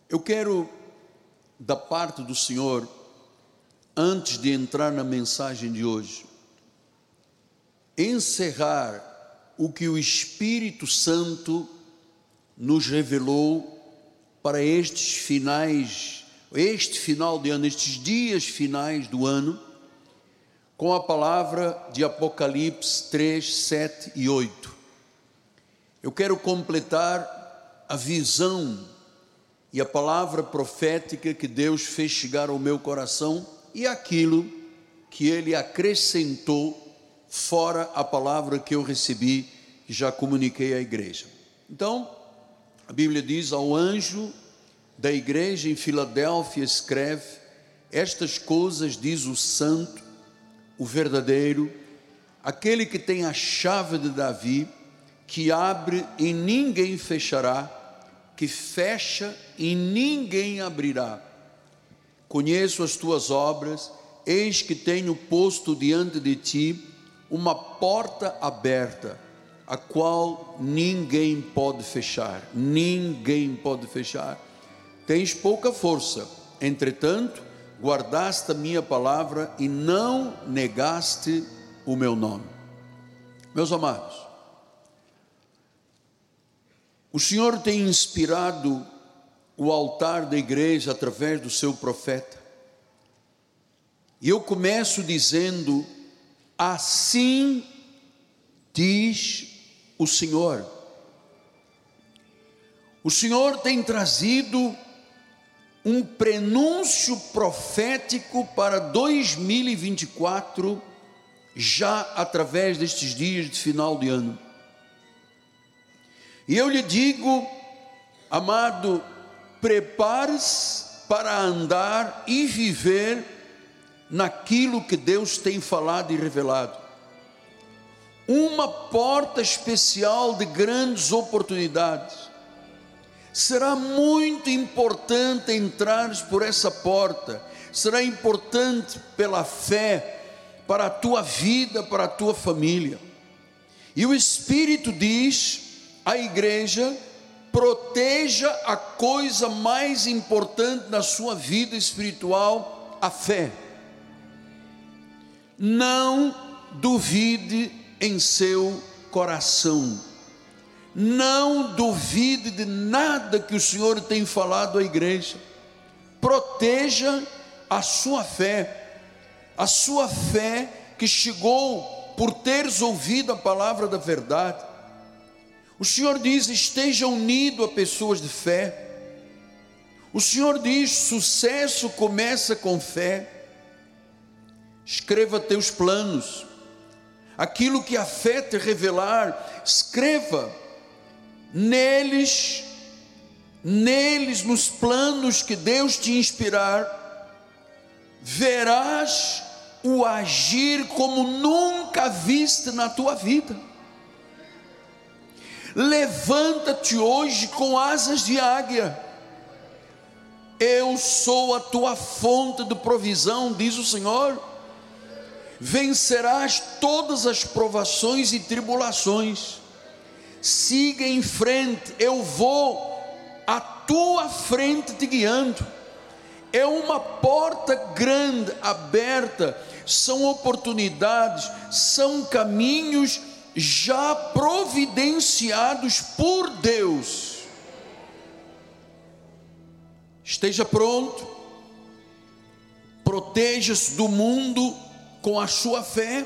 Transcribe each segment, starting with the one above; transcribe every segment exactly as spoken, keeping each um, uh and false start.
Eu quero, da parte do Senhor, antes de entrar na mensagem de hoje, encerrar o que o Espírito Santo nos revelou para estes finais, este final de ano, estes dias finais do ano, com a palavra de Apocalipse três, sete e oito. Eu quero completar a visão e a palavra profética que Deus fez chegar ao meu coração e aquilo que Ele acrescentou fora a palavra que eu recebi e já comuniquei à igreja. Então, a Bíblia diz: ao anjo da igreja em Filadélfia escreve: estas coisas diz o santo, o verdadeiro, aquele que tem a chave de Davi, que abre e ninguém fechará, que fecha e ninguém abrirá. Conheço as tuas obras, eis que tenho posto diante de ti uma porta aberta, a qual ninguém pode fechar, ninguém pode fechar. Tens pouca força, entretanto, guardaste a minha palavra e não negaste o meu nome. Meus amados, o Senhor tem inspirado o altar da igreja através do seu profeta, e eu começo dizendo: assim diz o Senhor. O Senhor tem trazido um prenúncio profético para dois mil e vinte e quatro, já através destes dias de final de ano. E eu lhe digo, amado, prepare-se para andar e viver naquilo que Deus tem falado e revelado. Uma porta especial de grandes oportunidades. Será muito importante entrares por essa porta. Será importante pela fé, para a tua vida, para a tua família. E o Espírito diz à igreja: proteja a coisa mais importante na sua vida espiritual, a fé. Não duvide em seu coração. Não duvide de nada que o Senhor tem falado à igreja. Proteja a sua fé, a sua fé que chegou por teres ouvido a palavra da verdade. O Senhor diz: esteja unido a pessoas de fé. O Senhor diz: sucesso começa com fé. Escreva teus planos, aquilo que a fé te revelar, escreva neles, neles, nos planos que Deus te inspirar, verás o agir como nunca viste na tua vida. Levanta-te hoje com asas de águia. Eu sou a tua fonte de provisão, diz o Senhor. Vencerás todas as provações e tribulações. Siga em frente, eu vou à tua frente te guiando. É uma porta grande, aberta, são oportunidades, são caminhos já providenciados por Deus. Esteja pronto, proteja-se do mundo com a sua fé.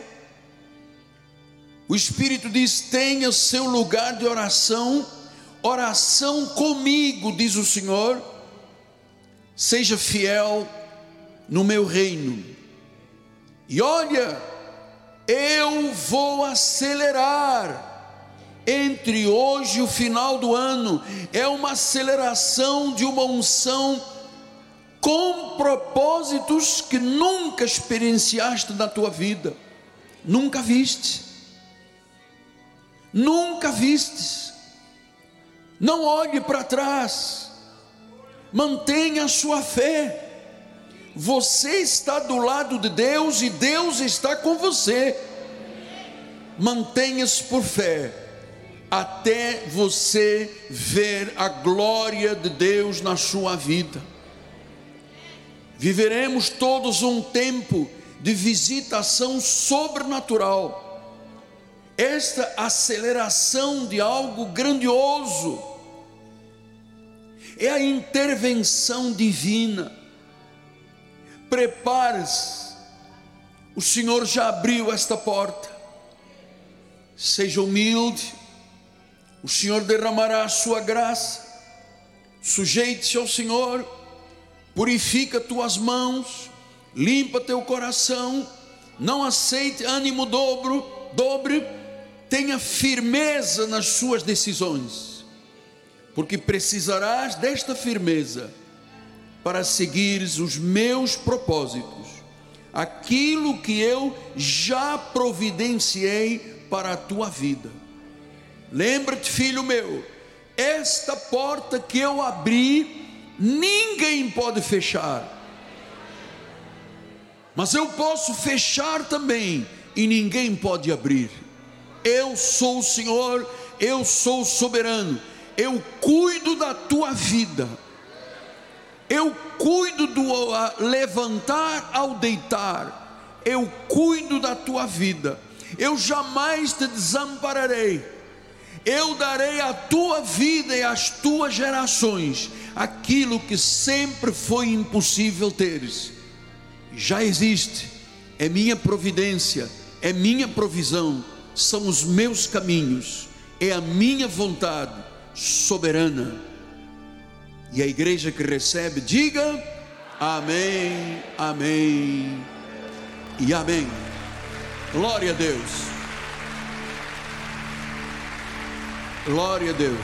O Espírito diz: tenha seu lugar de oração, oração comigo, diz o Senhor. Seja fiel no meu reino. E olha, eu vou acelerar entre hoje e o final do ano. É uma aceleração de uma unção com propósitos que nunca experienciaste na tua vida. Nunca viste. Nunca vistes. Não olhe para trás. Mantenha a sua fé. Você está do lado de Deus e Deus está com você. Mantenha-se por fé. até você ver a glória de Deus na sua vida. Viveremos todos um tempo de visitação sobrenatural. Esta aceleração de algo grandioso é a intervenção divina. Prepare-se, o Senhor já abriu esta porta. Seja humilde, o Senhor derramará a sua graça. Sujeite-se ao Senhor, purifica tuas mãos, limpa teu coração, não aceite ânimo dobro, dobre, tenha firmeza nas suas decisões, porque precisarás desta firmeza para seguires os meus propósitos, aquilo que eu já providenciei para a tua vida. Lembra-te, filho meu, esta porta que eu abri, ninguém pode fechar, mas eu posso fechar também, e ninguém pode abrir. Eu sou o Senhor, eu sou o soberano, eu cuido da tua vida, eu cuido do levantar ao deitar, eu cuido da tua vida, eu jamais te desampararei, eu darei à tua vida e às tuas gerações aquilo que sempre foi impossível teres. Já existe, é minha providência, é minha provisão, são os meus caminhos, é a minha vontade soberana. E a igreja que recebe, diga amém, amém e amém. Glória a Deus, glória a Deus.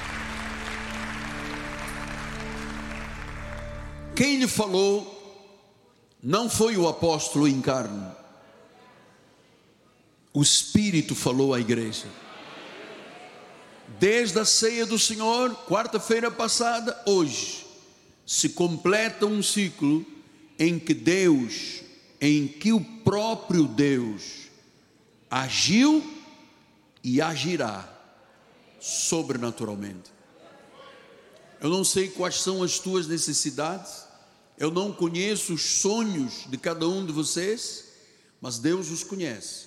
Quem lhe falou não foi o apóstolo em carne, o Espírito falou à igreja. Desde a ceia do Senhor, quarta-feira passada, hoje, se completa um ciclo em que Deus, em que o próprio Deus agiu e agirá sobrenaturalmente. Eu não sei quais são as tuas necessidades, eu não conheço os sonhos de cada um de vocês, mas Deus os conhece.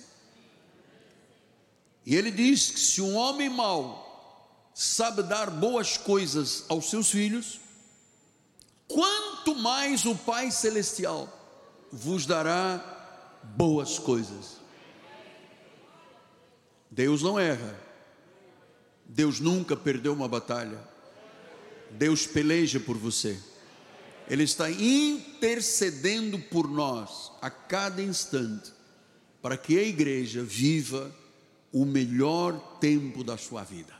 E Ele diz que se um homem mau sabe dar boas coisas aos seus filhos, quanto mais o Pai Celestial vos dará boas coisas. Deus não erra, Deus nunca perdeu uma batalha, Deus peleja por você, Ele está intercedendo por nós a cada instante, para que a igreja viva o melhor tempo da sua vida.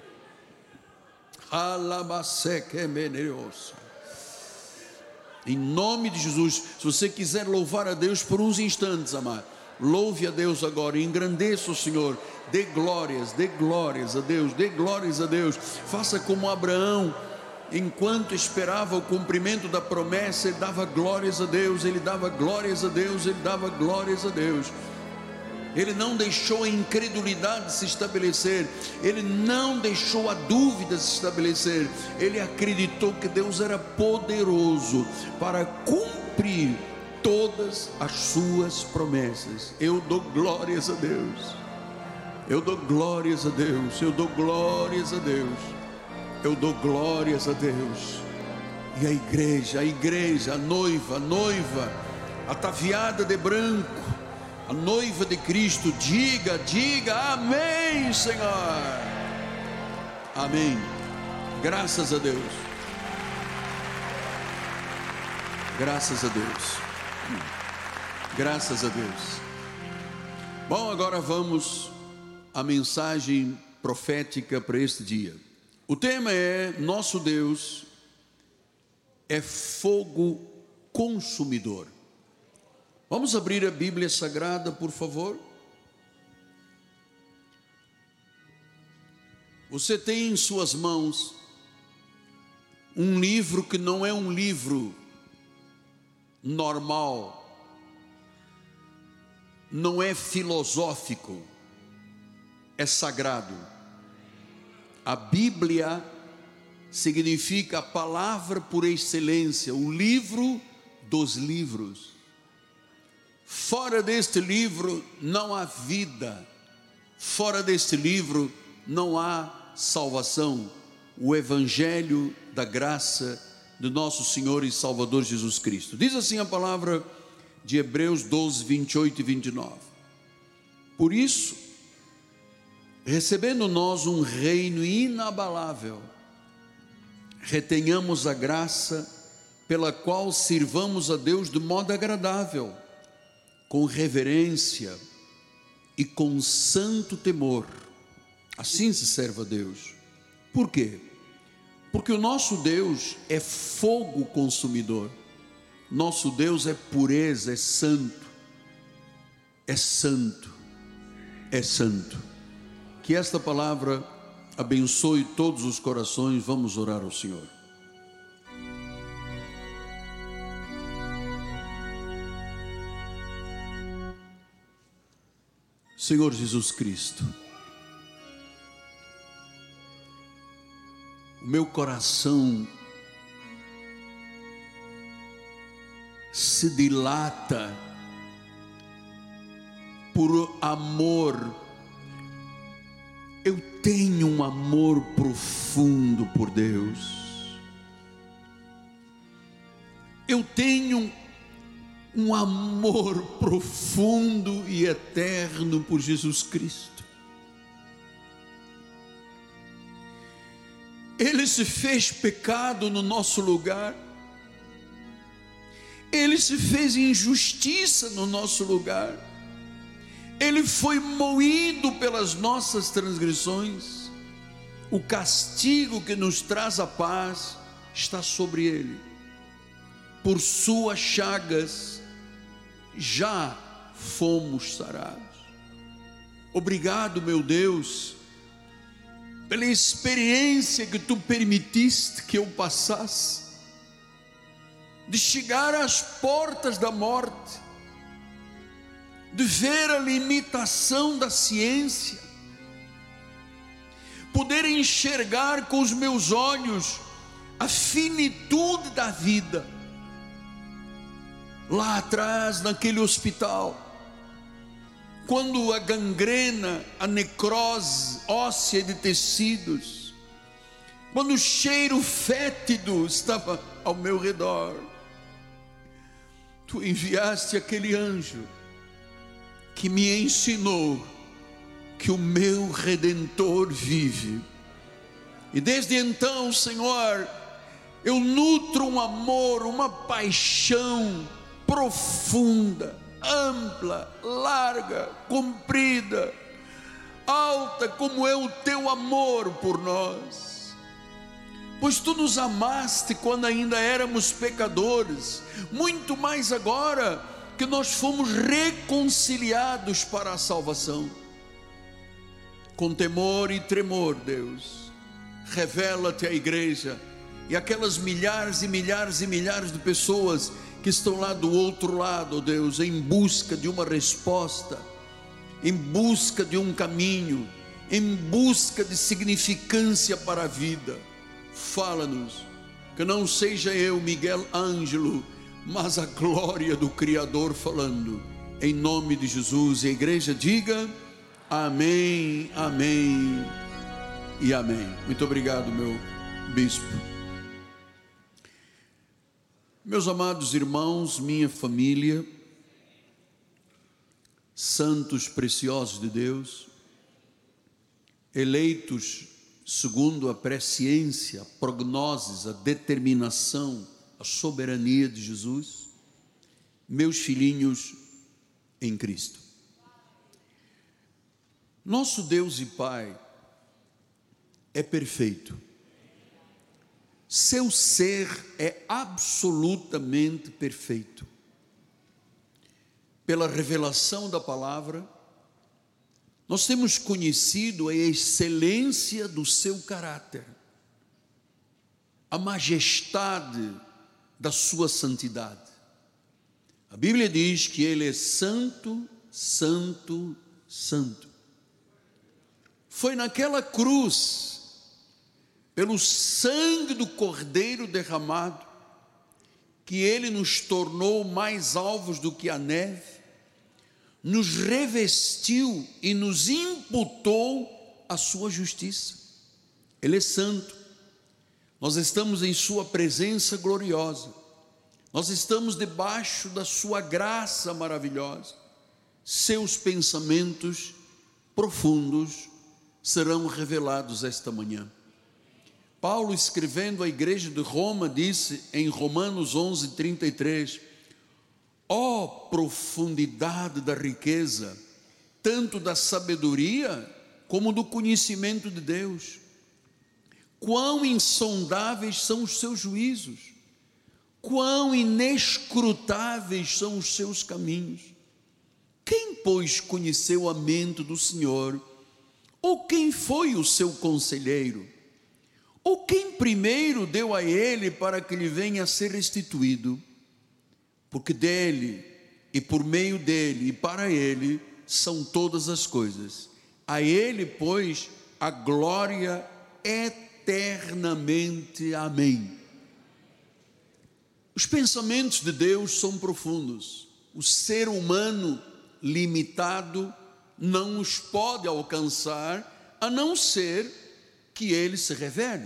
Em nome de Jesus, se você quiser louvar a Deus por uns instantes, amado, louve a Deus agora, engrandeça o Senhor, dê glórias, dê glórias a Deus, dê glórias a Deus. Faça como Abraão, enquanto esperava o cumprimento da promessa, ele dava glórias a Deus, ele dava glórias a Deus, ele dava glórias a Deus. Ele não deixou a incredulidade se estabelecer, Ele não deixou a dúvida se estabelecer, Ele acreditou que Deus era poderoso para cumprir todas as suas promessas. Eu dou glórias a Deus, eu dou glórias a Deus, eu dou glórias a Deus, eu dou glórias a Deus. E a igreja, a igreja, a noiva, a noiva, ataviada de branco, a noiva de Cristo, diga, diga amém, Senhor, amém. Graças a Deus, graças a Deus, graças a Deus. Bom, agora vamos à mensagem profética para este dia. O tema é: nosso Deus é fogo consumidor. Vamos abrir a Bíblia Sagrada, por favor. Você tem em suas mãos um livro que não é um livro normal, não é filosófico, é sagrado. A Bíblia significa a palavra por excelência, o livro dos livros. Fora deste livro não há vida, fora deste livro não há salvação. O Evangelho da graça de nosso Senhor e Salvador Jesus Cristo. Diz assim a palavra de Hebreus doze, vinte e oito e vinte e nove. Por isso, recebendo nós um reino inabalável, retenhamos a graça pela qual sirvamos a Deus de modo agradável, com reverência e com santo temor. Assim se serve a Deus. Por quê? Porque o nosso Deus é fogo consumidor. Nosso Deus é pureza, é santo, é santo, é santo. Que esta palavra abençoe todos os corações. Vamos orar ao Senhor. Senhor Jesus Cristo, o meu coração se dilata por amor. Eu tenho um amor profundo por Deus. Eu tenho um amor profundo e eterno por Jesus Cristo. Ele se fez pecado no nosso lugar. Ele se fez injustiça no nosso lugar. Ele foi moído pelas nossas transgressões. O castigo que nos traz a paz está sobre ele. Por suas chagas já fomos sarados. Obrigado, meu Deus, pela experiência que tu permitiste que eu passasse, de chegar às portas da morte, de ver a limitação da ciência, poder enxergar com os meus olhos a finitude da vida. Lá atrás, naquele hospital, quando a gangrena, a necrose óssea de tecidos, quando o cheiro fétido estava ao meu redor, tu enviaste aquele anjo que me ensinou que o meu Redentor vive. E desde então, Senhor, eu nutro um amor, uma paixão profunda, ampla, larga, comprida, alta, como é o teu amor por nós. Pois tu nos amaste quando ainda éramos pecadores, muito mais agora que nós fomos reconciliados para a salvação. Com temor e tremor, Deus, revela-te à igreja e aquelas milhares e milhares e milhares de pessoas que estão lá do outro lado, Deus, em busca de uma resposta, em busca de um caminho, em busca de significância para a vida. Fala-nos, que não seja eu, Miguel Ângelo, mas a glória do Criador falando, em nome de Jesus. E a igreja diga amém, amém e amém. Muito obrigado, meu bispo. Meus amados irmãos, minha família, santos preciosos de Deus, eleitos segundo a presciência, a prognoses, a determinação, a soberania de Jesus, meus filhinhos em Cristo. Nosso Deus e Pai é perfeito. Seu ser é absolutamente perfeito. Pela revelação da palavra, nós temos conhecido a excelência do seu caráter, a majestade da sua santidade. A Bíblia diz que ele é santo, santo, santo. Foi naquela cruz pelo sangue do Cordeiro derramado, que ele nos tornou mais alvos do que a neve, nos revestiu e nos imputou a sua justiça. Ele é santo, nós estamos em sua presença gloriosa, nós estamos debaixo da sua graça maravilhosa. Seus pensamentos profundos serão revelados esta manhã. Paulo, escrevendo à igreja de Roma, disse em Romanos onze, trinta e três: ó profundidade da riqueza, tanto da sabedoria como do conhecimento de Deus, quão insondáveis são os seus juízos, quão inescrutáveis são os seus caminhos. Quem, pois, conheceu a mente do Senhor? Ou quem foi o seu conselheiro? Ou quem primeiro deu a ele para que lhe venha a ser restituído? Porque dele, e por meio dele, e para ele, são todas as coisas. A ele, pois, a glória eternamente. Amém. Os pensamentos de Deus são profundos. O ser humano limitado não os pode alcançar, a não ser que ele se revele.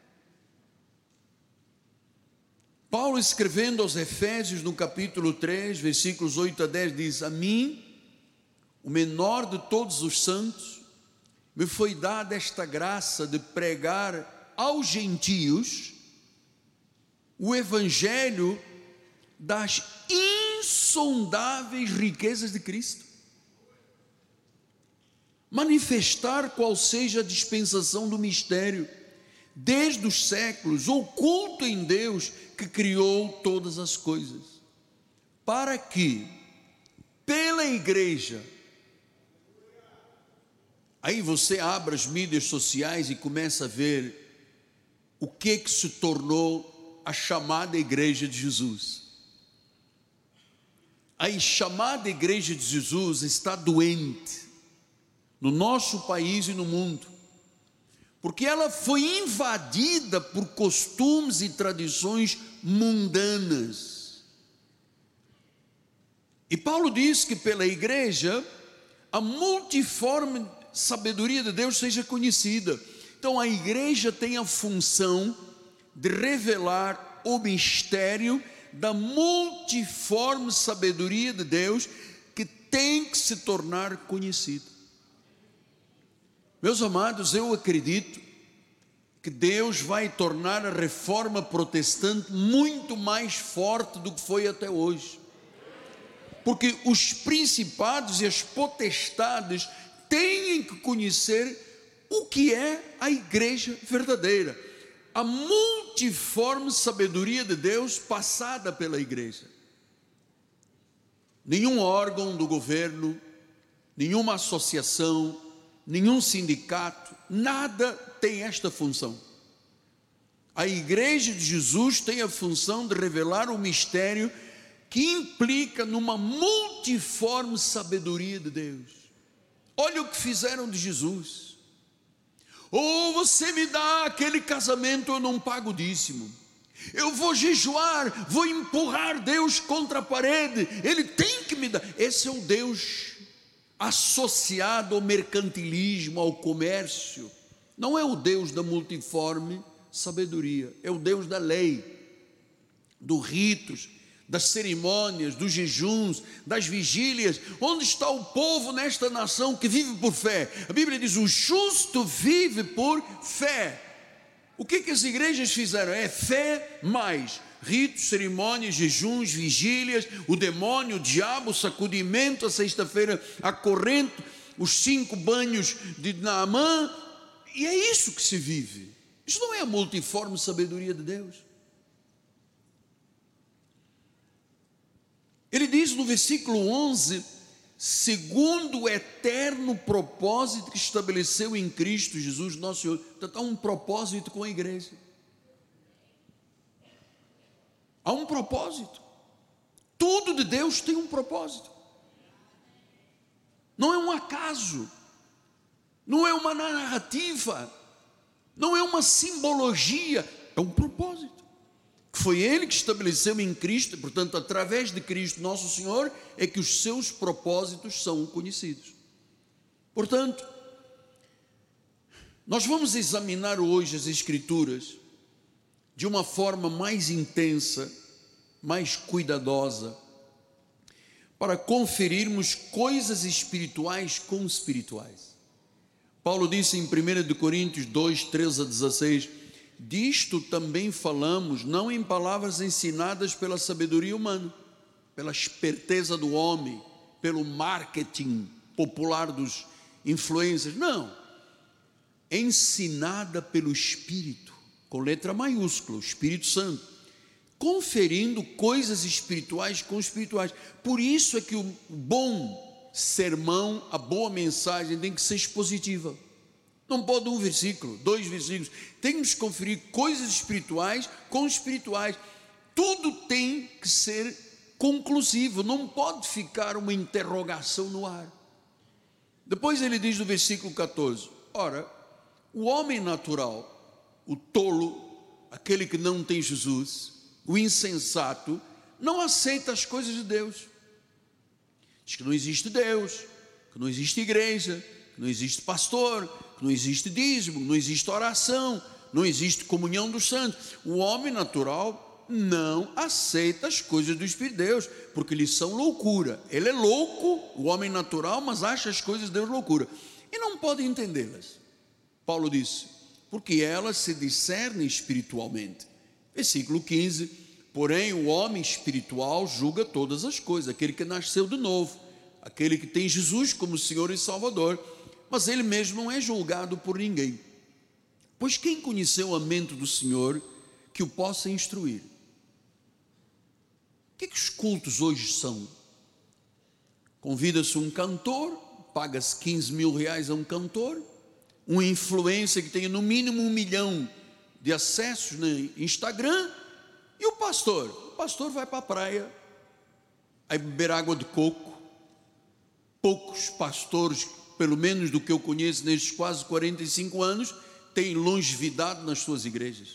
Paulo, escrevendo aos Efésios, no capítulo três, versículos oito a dez, diz: a mim, o menor de todos os santos, me foi dada esta graça de pregar aos gentios o evangelho das insondáveis riquezas de Cristo, manifestar qual seja a dispensação do mistério, desde os séculos, oculto em Deus, que criou todas as coisas, para que, pela igreja, aí você abre as mídias sociais e começa a ver o que que se tornou a chamada igreja de Jesus. A chamada igreja de Jesus está doente, no nosso país e no mundo, porque ela foi invadida por costumes e tradições mundanas. E Paulo diz que pela igreja a multiforme sabedoria de Deus seja conhecida. Então a igreja tem a função de revelar o mistério da multiforme sabedoria de Deus, que tem que se tornar conhecida. Meus amados, eu acredito que Deus vai tornar a reforma protestante muito mais forte do que foi até hoje, porque os principados e as potestades têm que conhecer o que é a igreja verdadeira, a multiforme sabedoria de Deus passada pela igreja. Nenhum órgão do governo, nenhuma associação, nenhum sindicato, nada tem esta função. A igreja de Jesus tem a função de revelar o mistério que implica numa multiforme sabedoria de Deus. Olha o que fizeram de Jesus. Ou você me dá aquele casamento, eu não pago o dízimo. Eu vou jejuar, vou empurrar Deus contra a parede, Ele tem que me dar. Esse é o Deus associado ao mercantilismo, ao comércio. Não é o Deus da multiforme sabedoria, é o Deus da lei, dos ritos, das cerimônias, dos jejuns, das vigílias. Onde está o povo nesta nação que vive por fé? A Bíblia diz: o justo vive por fé. O que que as igrejas fizeram? É fé mais ritos, cerimônias, jejuns, vigílias, o demônio, o diabo, o sacudimento, a sexta-feira, a corrente, os cinco banhos de Naamã, e é isso que se vive. Isso não é a multiforme sabedoria de Deus. Ele diz no versículo onze: segundo o eterno propósito que estabeleceu em Cristo Jesus nosso Senhor. Então há um propósito com a igreja. Há um propósito. Tudo de Deus tem um propósito. Não é um acaso, não é uma narrativa, não é uma simbologia, é um propósito. Foi Ele que estabeleceu em Cristo, portanto, através de Cristo, nosso Senhor, é que os seus propósitos são conhecidos. Portanto, nós vamos examinar hoje as Escrituras de uma forma mais intensa, mais cuidadosa, para conferirmos coisas espirituais com espirituais. Paulo disse em primeira Coríntios dois, treze a dezesseis, disto também falamos, não em palavras ensinadas pela sabedoria humana, pela esperteza do homem, pelo marketing popular dos influencers, não, ensinada pelo Espírito, com letra maiúscula, o Espírito Santo, conferindo coisas espirituais com espirituais. Por isso é que o bom sermão, a boa mensagem tem que ser expositiva. Não pode um versículo, dois versículos, temos que conferir coisas espirituais com espirituais. Tudo tem que ser conclusivo, não pode ficar uma interrogação no ar. Depois ele diz no versículo catorze, ora, o homem natural, o tolo, aquele que não tem Jesus, o insensato, não aceita as coisas de Deus. Diz que não existe Deus, que não existe igreja, que não existe pastor, que não existe dízimo, não existe oração, não existe comunhão dos santos. O homem natural não aceita as coisas do Espírito de Deus, porque lhes são loucura. Ele é louco, o homem natural, mas acha as coisas de Deus loucura, e não pode entendê-las. Paulo disse, porque elas se discernem espiritualmente. Versículo quinze, porém o homem espiritual julga todas as coisas, aquele que nasceu de novo, aquele que tem Jesus como Senhor e Salvador, mas ele mesmo não é julgado por ninguém. Pois quem conheceu a mente do Senhor que o possa instruir? O que é que os cultos hoje são? Convida-se um cantor, paga-se quinze mil reais a um cantor, uma influência que tenha no mínimo um milhão de acessos no Instagram, e o pastor? O pastor vai para a praia, aí beber água de coco. Poucos pastores, pelo menos do que eu conheço nestes quase quarenta e cinco anos, têm longevidade nas suas igrejas.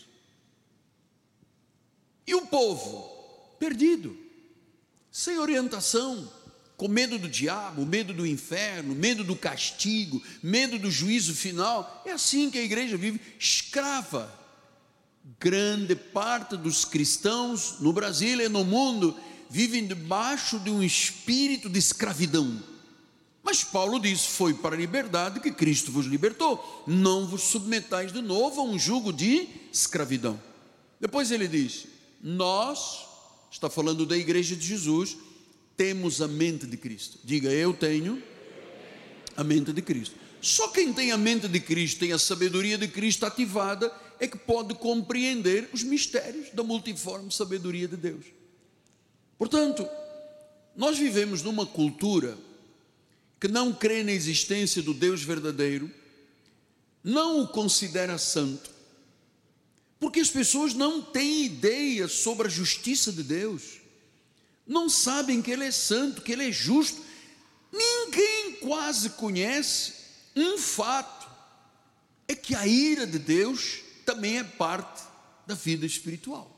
E o povo? Perdido, sem orientação, com medo do diabo, medo do inferno, medo do castigo, medo do juízo final. É assim que a igreja vive, escrava. Grande parte dos cristãos no Brasil e no mundo vivem debaixo de um espírito de escravidão. Mas Paulo diz, foi para a liberdade que Cristo vos libertou, não vos submetais de novo a um jugo de escravidão. Depois ele diz, nós, está falando da igreja de Jesus, temos a mente de Cristo. Diga, eu tenho a mente de Cristo. Só quem tem a mente de Cristo, tem a sabedoria de Cristo ativada, é que pode compreender os mistérios da multiforme sabedoria de Deus. Portanto, nós vivemos numa cultura que não crê na existência do Deus verdadeiro, não o considera santo, porque as pessoas não têm ideia sobre a justiça de Deus, não sabem que Ele é santo, que Ele é justo. Ninguém quase conhece um fato, é que a ira de Deus também é parte da vida espiritual.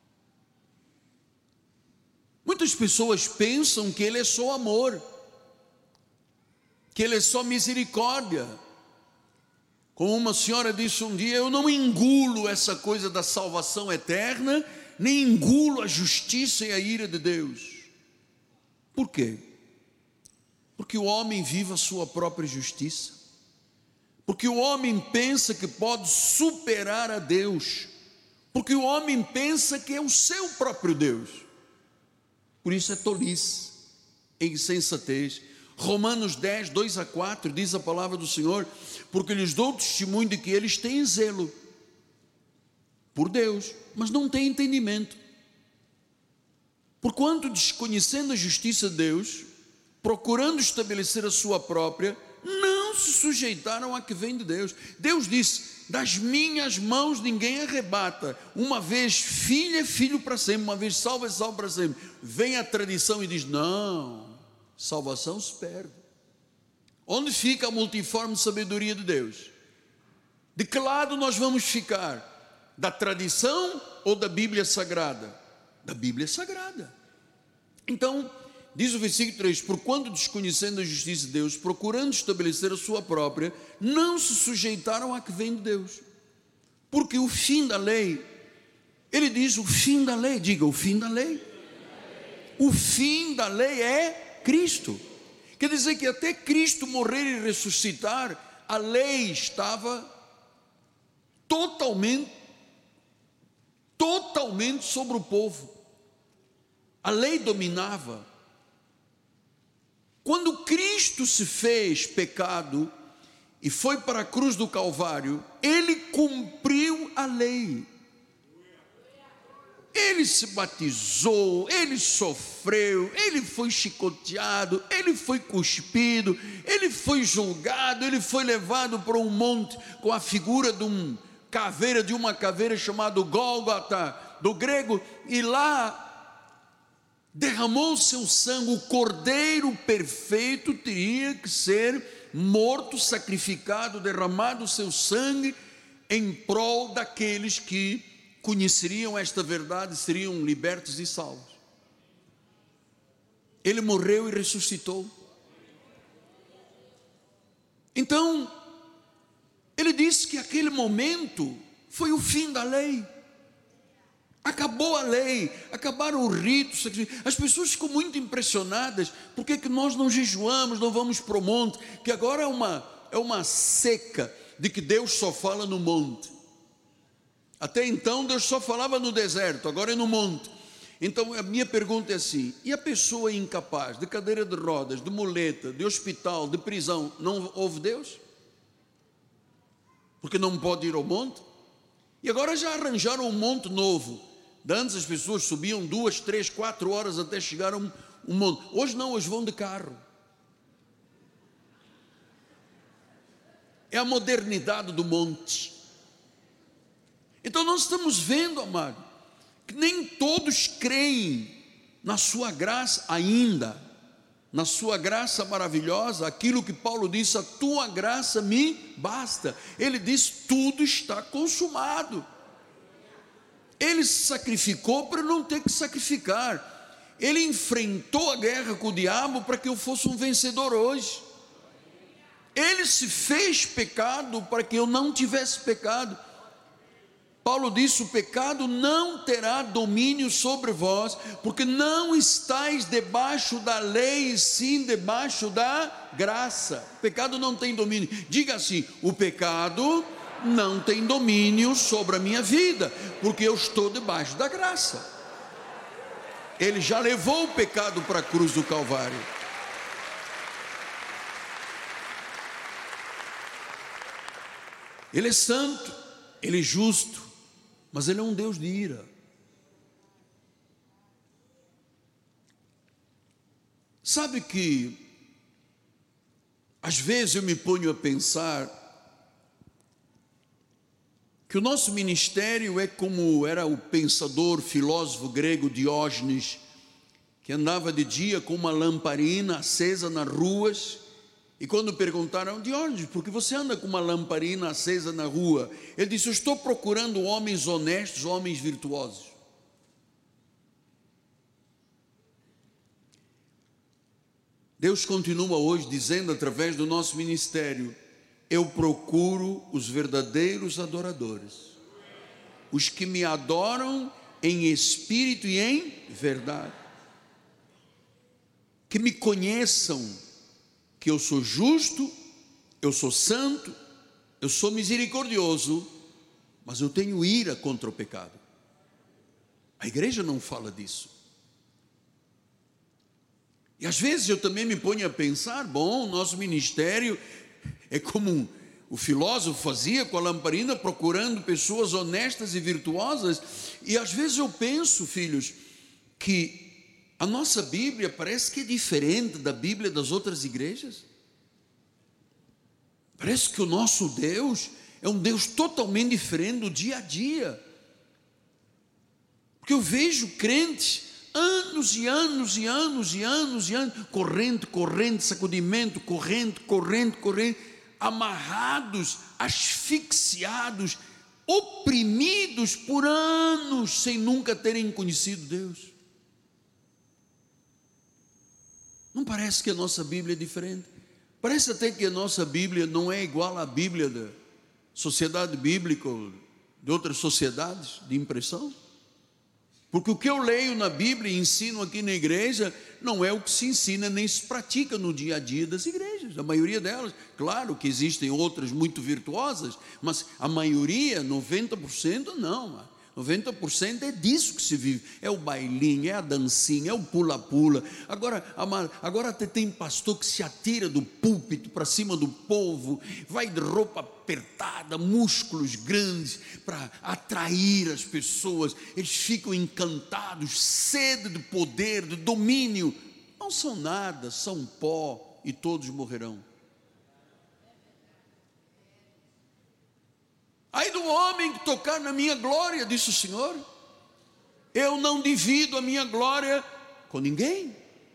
Muitas pessoas pensam que Ele é só amor, que Ele é só misericórdia. Como uma senhora disse um dia, eu não engulo essa coisa da salvação eterna, nem engulo a justiça e a ira de Deus. Por quê? Porque o homem vive a sua própria justiça, porque o homem pensa que pode superar a Deus, porque o homem pensa que é o seu próprio Deus. Por isso é tolice, é insensatez. Romanos dez, dois a quatro, diz a palavra do Senhor, porque lhes dou testemunho de que eles têm zelo por Deus, mas não têm entendimento. Porquanto, desconhecendo a justiça de Deus, procurando estabelecer a sua própria, não se sujeitaram a que vem de Deus. Deus disse, das minhas mãos ninguém arrebata. Uma vez filho é filho para sempre, uma vez salvo é salvo para sempre. Vem a tradição e diz, não, salvação se perde. Onde fica a multiforme sabedoria de Deus? De que lado nós vamos ficar? Da tradição ou da Bíblia Sagrada? Da Bíblia Sagrada. Então, diz o versículo três: porquanto desconhecendo a justiça de Deus, procurando estabelecer a sua própria, não se sujeitaram à que vem de Deus. Porque o fim da lei, ele diz o fim da lei, diga o fim da lei. O fim da lei é Cristo. Quer dizer que até Cristo morrer e ressuscitar, a lei estava totalmente, totalmente sobre o povo. A lei dominava. Quando Cristo se fez pecado e foi para a cruz do Calvário, ele cumpriu a lei. Ele se batizou, ele sofreu, ele foi chicoteado, ele foi cuspido, ele foi julgado, ele foi levado para um monte com a figura de um caveira, de uma caveira chamada Gólgota, do grego, e lá derramou seu sangue. O cordeiro perfeito teria que ser morto, sacrificado, derramado seu sangue em prol daqueles que conheceriam esta verdade, seriam libertos e salvos. Ele morreu e ressuscitou. Então, ele disse que aquele momento foi o fim da lei. Acabou a lei, acabaram os ritos. As pessoas ficam muito impressionadas. Por que que nós não jejuamos, não vamos para o monte? Que agora é uma, é uma seca de que Deus só fala no monte. Até então Deus só falava no deserto, agora é no monte. Então a minha pergunta é assim: e a pessoa incapaz, de cadeira de rodas, de muleta, de hospital, de prisão, não ouve Deus? Porque não pode ir ao monte? E agora já arranjaram um monte novo. Antes as pessoas subiam duas, três, quatro horas até chegar a um, um monte. Hoje não, hoje vão de carro. É a modernidade do monte. Então nós estamos vendo, amado, que nem todos creem na sua graça ainda, na sua graça maravilhosa, aquilo que Paulo disse: a tua graça me basta. Ele diz: tudo está consumado. Ele se sacrificou para não ter que sacrificar. Ele enfrentou a guerra com o diabo para que eu fosse um vencedor hoje. Ele se fez pecado para que eu não tivesse pecado. Paulo disse: o pecado não terá domínio sobre vós, porque não estáis debaixo da lei, e sim debaixo da graça. O pecado não tem domínio. Diga assim: o pecado não tem domínio sobre a minha vida, porque eu estou debaixo da graça. Ele já levou o pecado para a cruz do Calvário. Ele é santo, ele é justo, mas ele é um Deus de ira. Sabe que às vezes eu me ponho a pensar que o nosso ministério é como era o pensador, filósofo grego Diógenes, que andava de dia com uma lamparina acesa nas ruas. E quando perguntaram: Diógenes, por que você anda com uma lamparina acesa na rua? Ele disse: eu estou procurando homens honestos, homens virtuosos. Deus continua hoje dizendo através do nosso ministério: eu procuro os verdadeiros adoradores, os que me adoram em espírito e em verdade, que me conheçam, que eu sou justo, eu sou santo, eu sou misericordioso, mas eu tenho ira contra o pecado. A igreja não fala disso. E às vezes eu também me ponho a pensar: bom, nosso ministério é como um, o filósofo fazia com a lamparina, procurando pessoas honestas e virtuosas. E às vezes eu penso, filhos, que a nossa Bíblia parece que é diferente da Bíblia das outras igrejas. Parece que o nosso Deus é um Deus totalmente diferente do dia a dia. Porque eu vejo crentes anos e anos e anos e anos e anos, corrente, corrente, sacudimento, corrente, corrente, corrente. amarrados, asfixiados, oprimidos por anos, sem nunca terem conhecido Deus. Não parece que a nossa Bíblia é diferente? Parece até que a nossa Bíblia não é igual à Bíblia da sociedade bíblica, de outras sociedades de impressão. Porque o que eu leio na Bíblia e ensino aqui na igreja não é o que se ensina nem se pratica no dia a dia das igrejas, a maioria delas. Claro que existem outras muito virtuosas, mas a maioria, noventa por cento, não. noventa por cento é disso que se vive, é o bailinho, é a dancinha, é o pula-pula. Agora, agora até tem pastor que se atira do púlpito para cima do povo, vai de roupa apertada, músculos grandes, para atrair as pessoas. Eles ficam encantados, sede de poder, de domínio. Não são nada, são pó e todos morrerão. Ai do homem que tocar na minha glória, disse o Senhor. Eu não divido a minha glória com ninguém.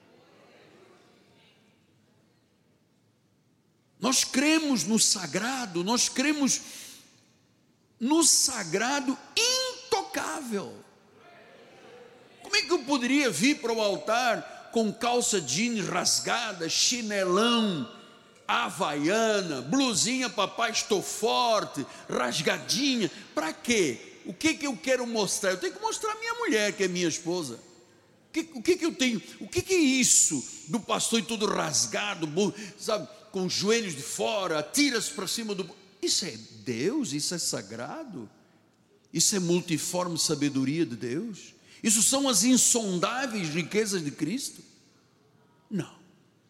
Nós cremos no sagrado, nós cremos no sagrado intocável. Como é que eu poderia vir para o altar com calça jeans rasgada, chinelão, havaiana, blusinha papai estou forte, rasgadinha? Para quê? O que que eu quero mostrar? Eu tenho que mostrar a minha mulher, que é minha esposa. O que, o que que eu tenho? O que que é isso do pastor e todo rasgado, sabe, com os joelhos de fora, atira-se para cima do... Isso é Deus? Isso é sagrado? Isso é multiforme sabedoria de Deus? Isso são as insondáveis riquezas de Cristo? Não.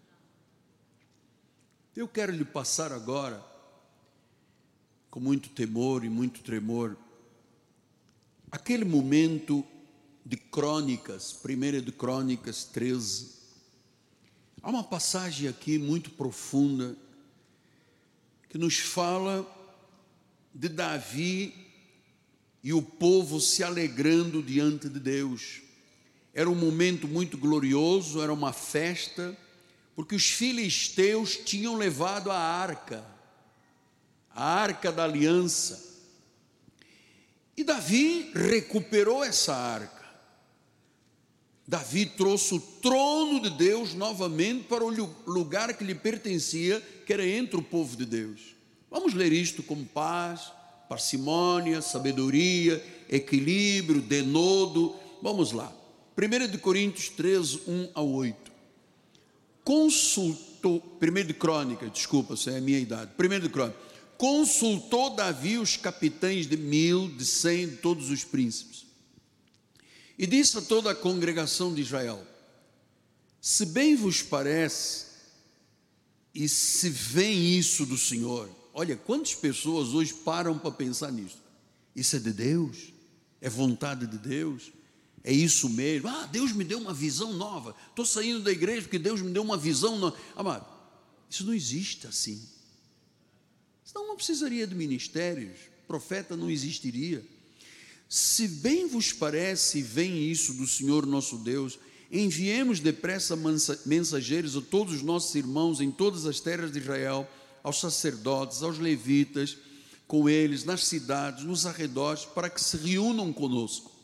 Eu quero lhe passar agora, com muito temor e muito tremor, aquele momento de Crônicas, primeira de Crônicas treze. Há uma passagem aqui muito profunda, que nos fala de Davi e o povo se alegrando diante de Deus. Era um momento muito glorioso, era uma festa, porque os filisteus tinham levado a arca, a arca da aliança, e Davi recuperou essa arca. Davi trouxe o trono de Deus novamente para o lugar que lhe pertencia, que era entre o povo de Deus. Vamos ler isto com paz, parcimônia, sabedoria, equilíbrio, denodo. Vamos lá, primeira de Coríntios treze, um a oito. Consultou, primeiro de Crônica, desculpa, essa é a minha idade, primeiro de Crônica, consultou Davi os capitães de mil, de cem, de todos os príncipes, e disse a toda a congregação de Israel: se bem vos parece, e se vem isso do Senhor, olha, quantas pessoas hoje param para pensar nisso, isso é de Deus, é vontade de Deus, é isso mesmo, ah, Deus me deu uma visão nova, estou saindo da igreja porque Deus me deu uma visão nova. Amado, isso não existe assim, senão não precisaria de ministérios, profeta não existiria. Se bem vos parece, vem isso do Senhor nosso Deus, enviemos depressa mensageiros a todos os nossos irmãos em todas as terras de Israel, aos sacerdotes, aos levitas, com eles nas cidades, nos arredores, para que se reúnam conosco.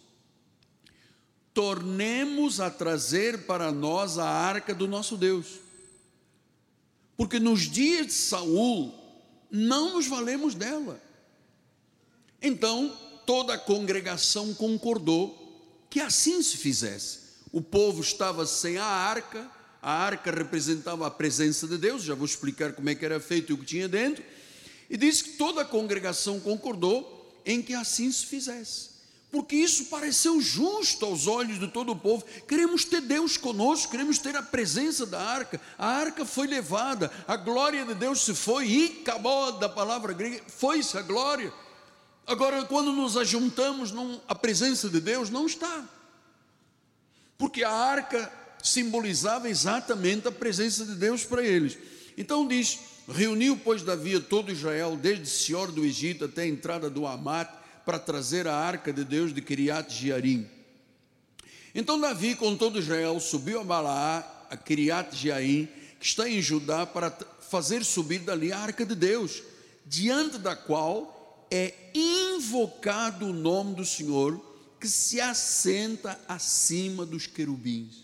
Tornemos a trazer para nós a arca do nosso Deus, porque nos dias de Saul não nos valemos dela. Então toda a congregação concordou que assim se fizesse. O povo estava sem a arca, a arca representava a presença de Deus, já vou explicar como é que era feito e o que tinha dentro, e disse que toda a congregação concordou em que assim se fizesse, porque isso pareceu justo aos olhos de todo o povo. Queremos ter Deus conosco, queremos ter a presença da arca. A arca foi levada, a glória de Deus se foi, e acabou da palavra grega, foi-se a glória. Agora, quando nos ajuntamos, não, a presença de Deus não está, porque a arca simbolizava exatamente a presença de Deus para eles. Então diz: reuniu, pois, Davi todo Israel, desde Sior do Egito até a entrada do Amate, para trazer a arca de Deus de Kiriat Jearim. Então Davi com todo Israel subiu a Balaá, a Kiriat Jearim, que está em Judá, para fazer subir dali a arca de Deus, diante da qual é invocado o nome do Senhor, que se assenta acima dos querubins.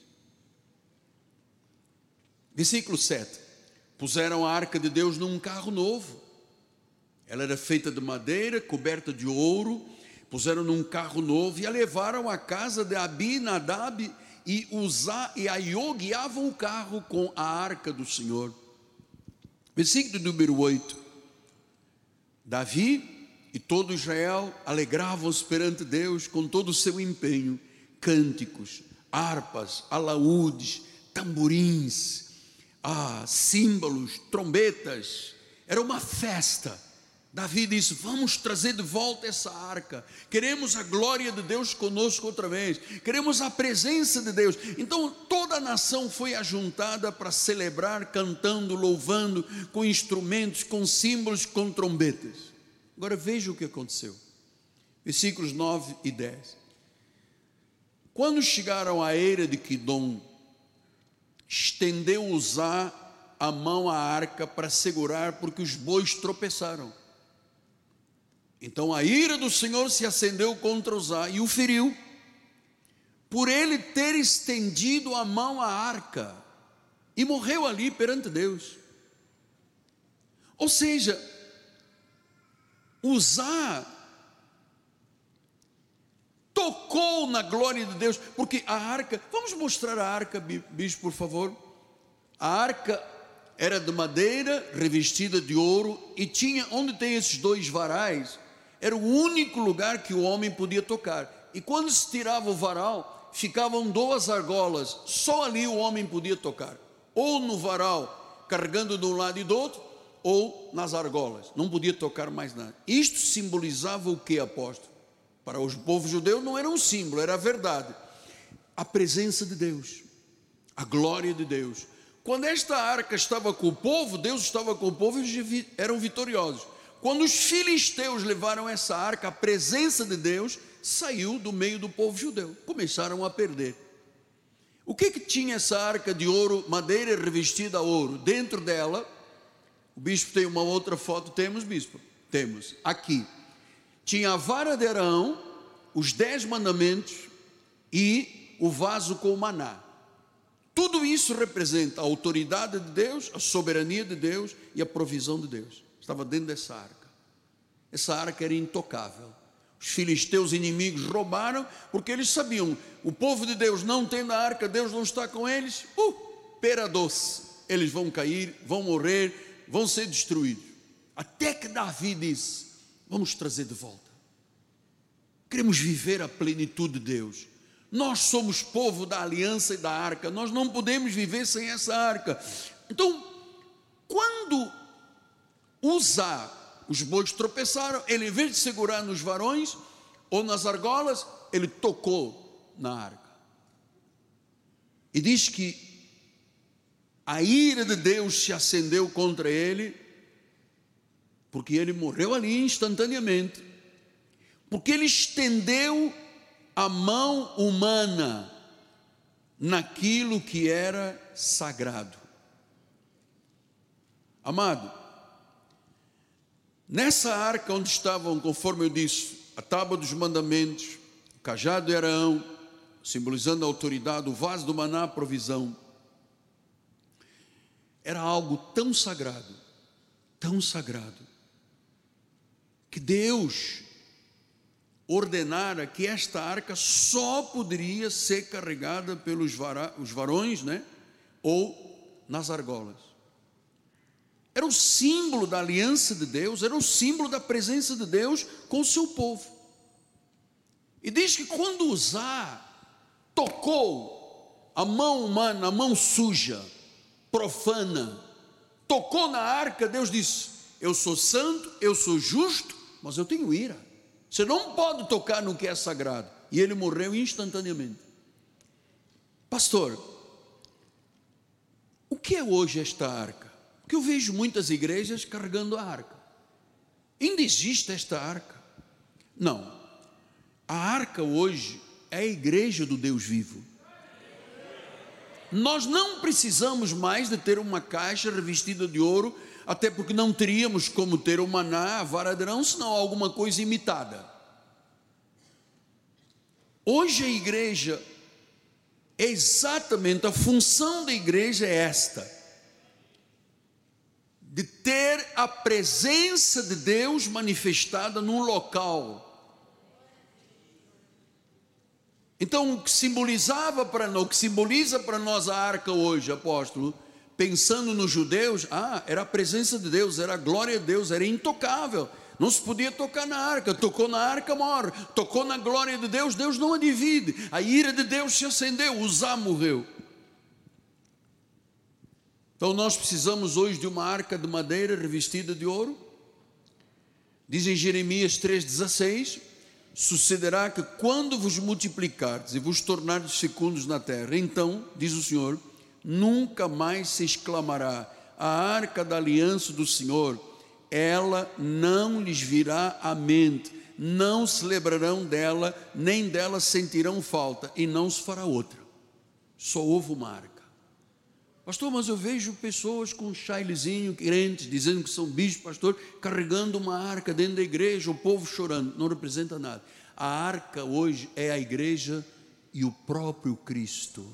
Versículo sete. Puseram a arca de Deus num carro novo. Ela era feita de madeira, coberta de ouro. Puseram num carro novo e a levaram à casa de Abinadab, e Uzá e Aiô guiavam o carro com a arca do Senhor. Versículo número oito. Davi e todo Israel alegravam-se perante Deus com todo o seu empenho, cânticos, harpas, alaúdes, tamborins, ah, símbolos, trombetas. Era uma festa. Davi disse: vamos trazer de volta essa arca, queremos a glória de Deus conosco outra vez, queremos a presença de Deus. Então toda a nação foi ajuntada para celebrar, cantando, louvando, com instrumentos, com símbolos, com trombetas. Agora veja o que aconteceu, versículos nove e dez. Quando chegaram à eira de Quidom, estendeu Uzá a mão à arca para segurar, porque os bois tropeçaram. Então a ira do Senhor se acendeu contra Uzá e o feriu, por ele ter estendido a mão à arca, e morreu ali perante Deus. Ou seja, Uzá tocou na glória de Deus, porque a arca, vamos mostrar a arca, bispo, por favor. A arca era de madeira revestida de ouro, e tinha, onde tem esses dois varais, era o único lugar que o homem podia tocar. E quando se tirava o varal, ficavam duas argolas, só ali o homem podia tocar, ou no varal carregando de um lado e do outro, ou nas argolas, não podia tocar mais nada. Isto simbolizava o que, apóstolo? Para os povos judeus não era um símbolo, era a verdade, a presença de Deus, a glória de Deus. Quando esta arca estava com o povo, Deus estava com o povo, e eles eram vitoriosos. Quando os filisteus levaram essa arca, a presença de Deus saiu do meio do povo judeu, começaram a perder. O que que tinha essa arca de ouro, madeira revestida a ouro? Dentro dela, o bispo tem uma outra foto, temos, bispo? Temos, aqui. Tinha a vara de Arão, os dez mandamentos e o vaso com o maná. Tudo isso representa a autoridade de Deus, a soberania de Deus e a provisão de Deus. Estava dentro dessa arca. Essa arca era intocável. Os filisteus inimigos roubaram, porque eles sabiam, o povo de Deus não tendo a arca, Deus não está com eles, uh, pera doce, eles vão cair, vão morrer, vão ser destruídos. Até que Davi disse: vamos trazer de volta, queremos viver a plenitude de Deus. Nós somos povo da aliança e da arca, nós não podemos viver sem essa arca. Então, quando Uzá, os bois tropeçaram, ele, em vez de segurar nos varões ou nas argolas, ele tocou na arca. E diz que a ira de Deus se acendeu contra ele, porque ele morreu ali instantaneamente, porque ele estendeu a mão humana naquilo que era sagrado. Amado, nessa arca onde estavam, conforme eu disse, a tábua dos mandamentos, o cajado de Arão, simbolizando a autoridade, o vaso do maná, a provisão, era algo tão sagrado, tão sagrado, que Deus ordenara que esta arca só poderia ser carregada pelos vara, os varões, né? Ou nas argolas. Era o símbolo da aliança de Deus, era o símbolo da presença de Deus com o seu povo. E diz que quando Uzá tocou a mão humana, a mão suja, profana, tocou na arca, Deus disse: eu sou santo, eu sou justo, mas eu tenho ira. Você não pode tocar no que é sagrado. E ele morreu instantaneamente. Pastor, o que é hoje esta arca? Porque eu vejo muitas igrejas carregando a arca. Ainda existe esta arca? Não. A arca hoje é a igreja do Deus vivo. nós não precisamos mais de ter uma caixa revestida de ouro, até porque não teríamos como ter o maná, a vara de Arão, senão alguma coisa imitada. Hoje a igreja, é exatamente, a função da igreja é esta, de ter a presença de Deus manifestada num local. Então, o que simbolizava para nós, o que simboliza para nós a arca hoje, apóstolo, pensando nos judeus, ah, era a presença de Deus, era a glória de Deus, era intocável, não se podia tocar na arca, tocou na arca, morre, tocou na glória de Deus, Deus não a divide, a ira de Deus se acendeu, Uzá morreu. Então nós precisamos hoje de uma arca de madeira revestida de ouro. Diz em Jeremias três, dezesseis, sucederá que quando vos multiplicardes e vos tornardes fecundos na terra, então, diz o Senhor, nunca mais se exclamará, a arca da aliança do Senhor, ela não lhes virá à mente, não se lembrarão dela, nem dela sentirão falta, e não se fará outra. Só houve uma arca. Pastor, mas eu vejo pessoas com um chailezinho, crentes, dizendo que são bispos, pastor, carregando uma arca dentro da igreja, o povo chorando, não representa nada. A arca hoje é a igreja e o próprio Cristo.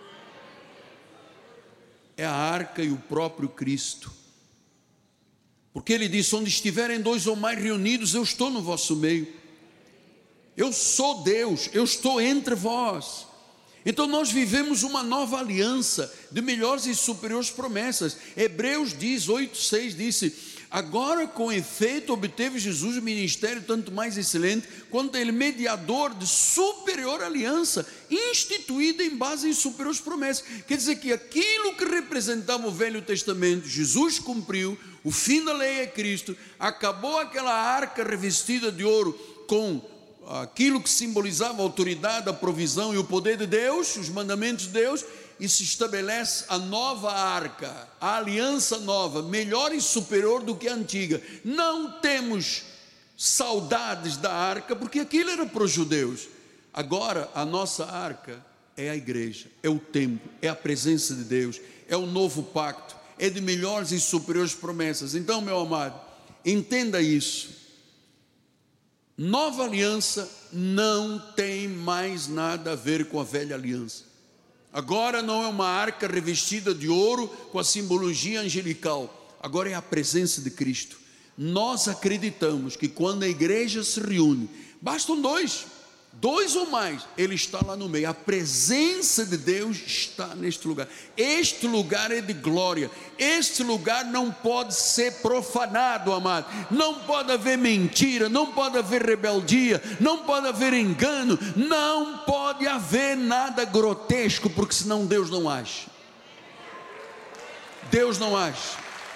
É a arca e o próprio Cristo. Porque ele disse, onde estiverem dois ou mais reunidos, eu estou no vosso meio. Eu sou Deus, eu estou entre vós. Então nós vivemos uma nova aliança de melhores e superiores promessas. Hebreus diz, oito, seis, disse, agora com efeito obteve Jesus o ministério tanto mais excelente, quanto ele mediador de superior aliança, instituída em base em superiores promessas. Quer dizer que aquilo que representava o Velho Testamento, Jesus cumpriu, o fim da lei é Cristo, acabou aquela arca revestida de ouro com aquilo que simbolizava a autoridade, a provisão e o poder de Deus, os mandamentos de Deus, e se estabelece a nova arca, a aliança nova, melhor e superior do que a antiga. Não temos saudades da arca, porque aquilo era para os judeus. Agora a nossa arca é a igreja, é o templo, é a presença de Deus, é o novo pacto, é de melhores e superiores promessas. Então, meu amado, entenda isso. Nova aliança não tem mais nada a ver com a velha aliança. Agora não é uma arca revestida de ouro com a simbologia angelical. Agora é a presença de Cristo. Nós acreditamos que quando a igreja se reúne, bastam dois, dois ou mais, ele está lá no meio. A presença de Deus está neste lugar. Este lugar é de glória. Este lugar não pode ser profanado, amado. Não pode haver mentira, não pode haver rebeldia, não pode haver engano, não pode haver nada grotesco, porque senão Deus não age. Deus não age.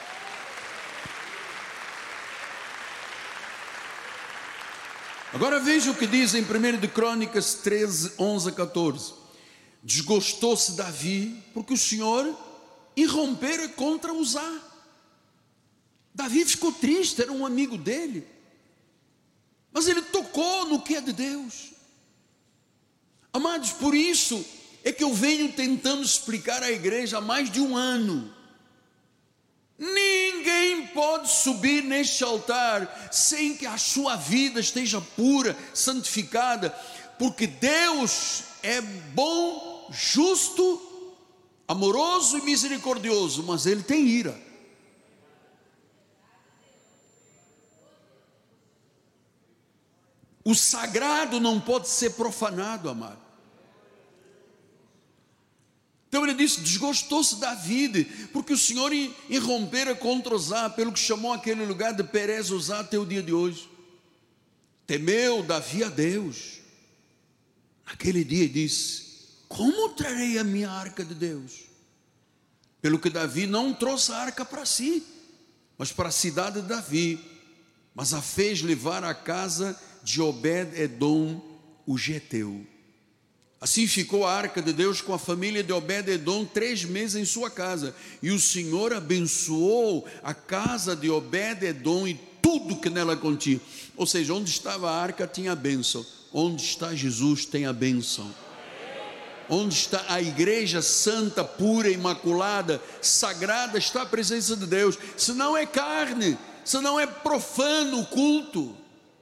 Agora veja o que diz em primeira de Crônicas treze, onze a catorze. Desgostou-se Davi, porque o Senhor irrompera contra Uzá. Davi ficou triste, era um amigo dele, mas ele tocou no que é de Deus. Amados, por isso é que eu venho tentando explicar à igreja há mais de um ano. Ninguém pode subir neste altar sem que a sua vida esteja pura, santificada, porque Deus é bom, justo, amoroso e misericordioso, mas Ele tem ira. O sagrado não pode ser profanado, amado. Então ele disse, desgostou-se Davi, porque o Senhor irrompera contra Uzá, pelo que chamou aquele lugar de Perez Uzá até o dia de hoje. Temeu Davi a Deus. Naquele dia disse, como trarei a minha arca de Deus? Pelo que Davi não trouxe a arca para si, mas para a cidade de Davi, mas a fez levar à casa de Obed-edom, o geteu. Assim ficou a arca de Deus com a família de Obed-edom três meses em sua casa. E o Senhor abençoou a casa de Obed-edom e tudo que nela continha. Ou seja, onde estava a arca tinha a bênção. Onde está Jesus tem a bênção. onde está a igreja santa, pura, imaculada, sagrada, está a presença de Deus. Senão é carne, senão é profano o culto.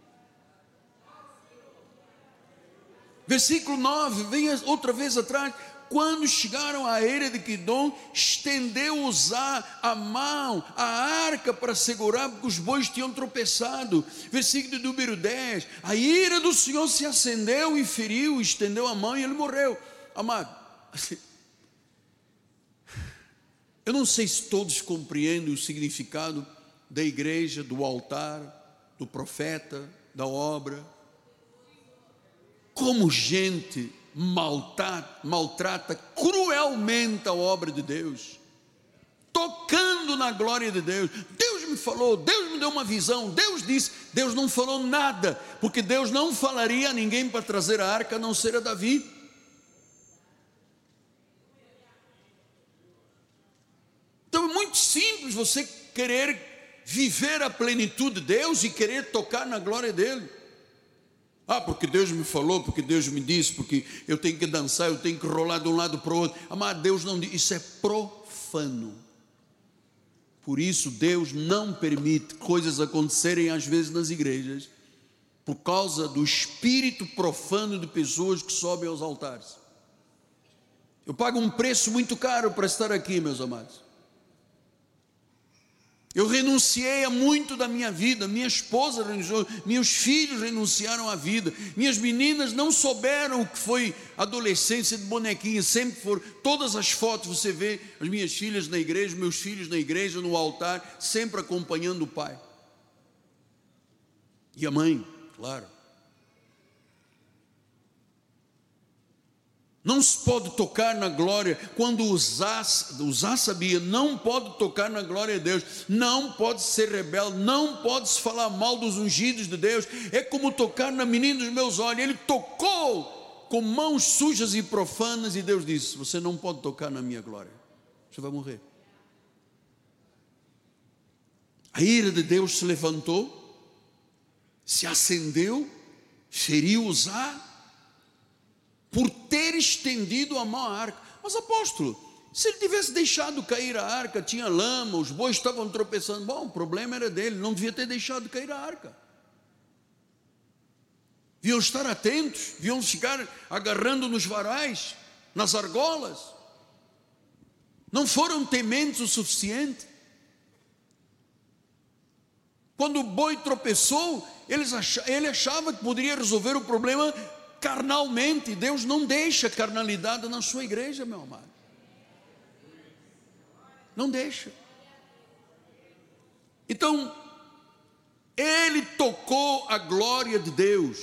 Versículo nove, venha outra vez atrás. Quando chegaram à eira de Quidom, estendeu Uzá a mão, a arca para segurar, porque os bois tinham tropeçado. Versículo número dez, a ira do Senhor se acendeu e feriu, estendeu a mão e ele morreu. Amado, eu não sei se todos compreendem o significado da igreja, do altar, do profeta, da obra. Como gente maltrata, maltrata cruelmente a obra de Deus, tocando na glória de Deus. Deus me falou, Deus me deu uma visão, Deus disse. Deus não falou nada, porque Deus não falaria a ninguém para trazer a arca, a não ser a Davi. Então é muito simples você querer viver a plenitude de Deus e querer tocar na glória dele. Ah, porque Deus me falou, porque Deus me disse, porque eu tenho que dançar, eu tenho que rolar de um lado para o outro. Amado, Deus não diz, isso é profano. Por isso Deus não permite coisas acontecerem às vezes nas igrejas, por causa do espírito profano de pessoas que sobem aos altares. Eu pago um preço muito caro para estar aqui, meus amados. Eu renunciei a muito da minha vida, minha esposa renunciou, meus filhos renunciaram à vida, minhas meninas não souberam o que foi adolescência de bonequinha, sempre foram, todas as fotos você vê, as minhas filhas na igreja, meus filhos na igreja, no altar, sempre acompanhando o pai. E a mãe, claro. Não se pode tocar na glória, quando Uzá, Uzá sabia, não pode tocar na glória de Deus, não pode ser rebelde, não pode se falar mal dos ungidos de Deus. É como tocar na menina dos meus olhos. Ele tocou com mãos sujas e profanas, e Deus disse, você não pode tocar na minha glória, você vai morrer. A ira de Deus se levantou, se acendeu, feriu Uzá, por ter estendido a mão à arca. Mas apóstolo, se ele tivesse deixado cair a arca, tinha lama, os bois estavam tropeçando, bom, o problema era dele, não devia ter deixado cair a arca. Deviam estar atentos, deviam ficar agarrando nos varais, nas argolas. Não foram tementes o suficiente. Quando o boi tropeçou, eles ach- ele achava que poderia resolver o problema carnalmente. Deus não deixa carnalidade na sua igreja, meu amado. Não deixa. Então, ele tocou a glória de Deus.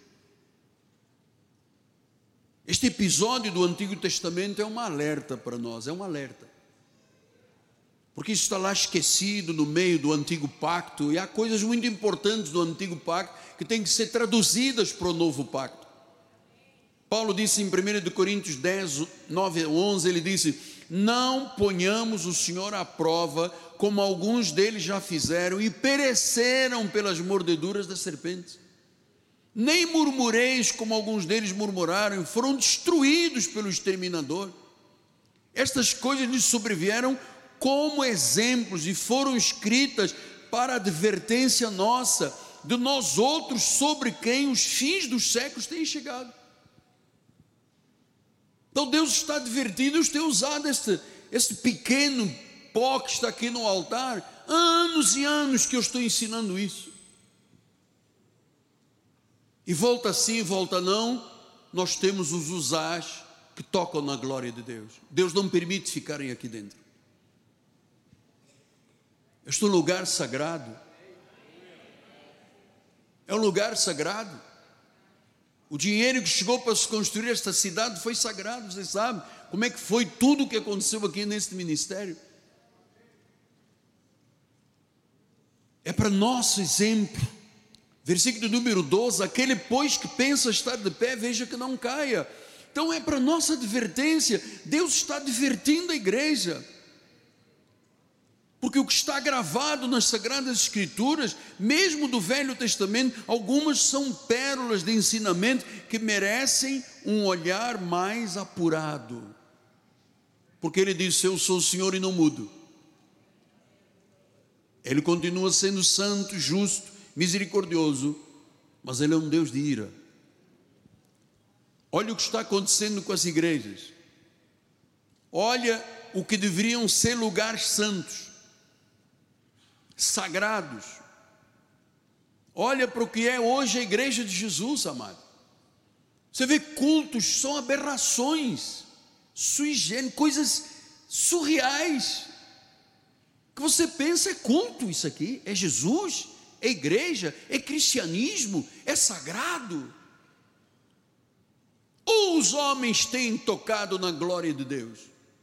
Este episódio do Antigo Testamento é um alerta para nós, é um alerta. Porque isso está lá esquecido no meio do Antigo Pacto, e há coisas muito importantes do Antigo Pacto que têm que ser traduzidas para o Novo Pacto. Paulo disse em primeira Coríntios dez, nove a onze, ele disse, não ponhamos o Senhor à prova, como alguns deles já fizeram, e pereceram pelas mordeduras das serpentes. Nem murmureis, como alguns deles murmuraram, e foram destruídos pelo exterminador. Estas coisas lhes sobrevieram como exemplos, e foram escritas para advertência nossa, de nós outros, sobre quem os fins dos séculos têm chegado. Então Deus está advertindo, eu tenho usado este, este pequeno pó que está aqui no altar, anos e anos que eu estou ensinando isso. E volta sim, volta não, nós temos os Uzás que tocam na glória de Deus. Deus não permite ficarem aqui dentro. Este é um lugar sagrado. É um lugar sagrado. O dinheiro que chegou para se construir esta cidade foi sagrado. Vocês sabem como é que foi tudo o que aconteceu aqui neste ministério. É para nosso exemplo. Versículo número doze, aquele pois que pensa estar de pé, veja que não caia. Então é para nossa advertência. Deus está advertindo a igreja. Porque o que está gravado nas Sagradas Escrituras, mesmo do Velho Testamento, algumas são pérolas de ensinamento que merecem um olhar mais apurado, porque ele disse: eu sou o Senhor e não mudo. Ele continua sendo santo, justo, misericordioso, mas ele é um Deus de ira. Olha o que está acontecendo com as igrejas. Olha o que deveriam ser lugares santos, sagrados. Olha para o que é hoje a igreja de Jesus, amado. Você vê cultos, são aberrações, sui generis, coisas surreais, que você pensa: é culto isso aqui? É Jesus? É igreja? É cristianismo? É sagrado? Ou os homens têm tocado na glória de Deus,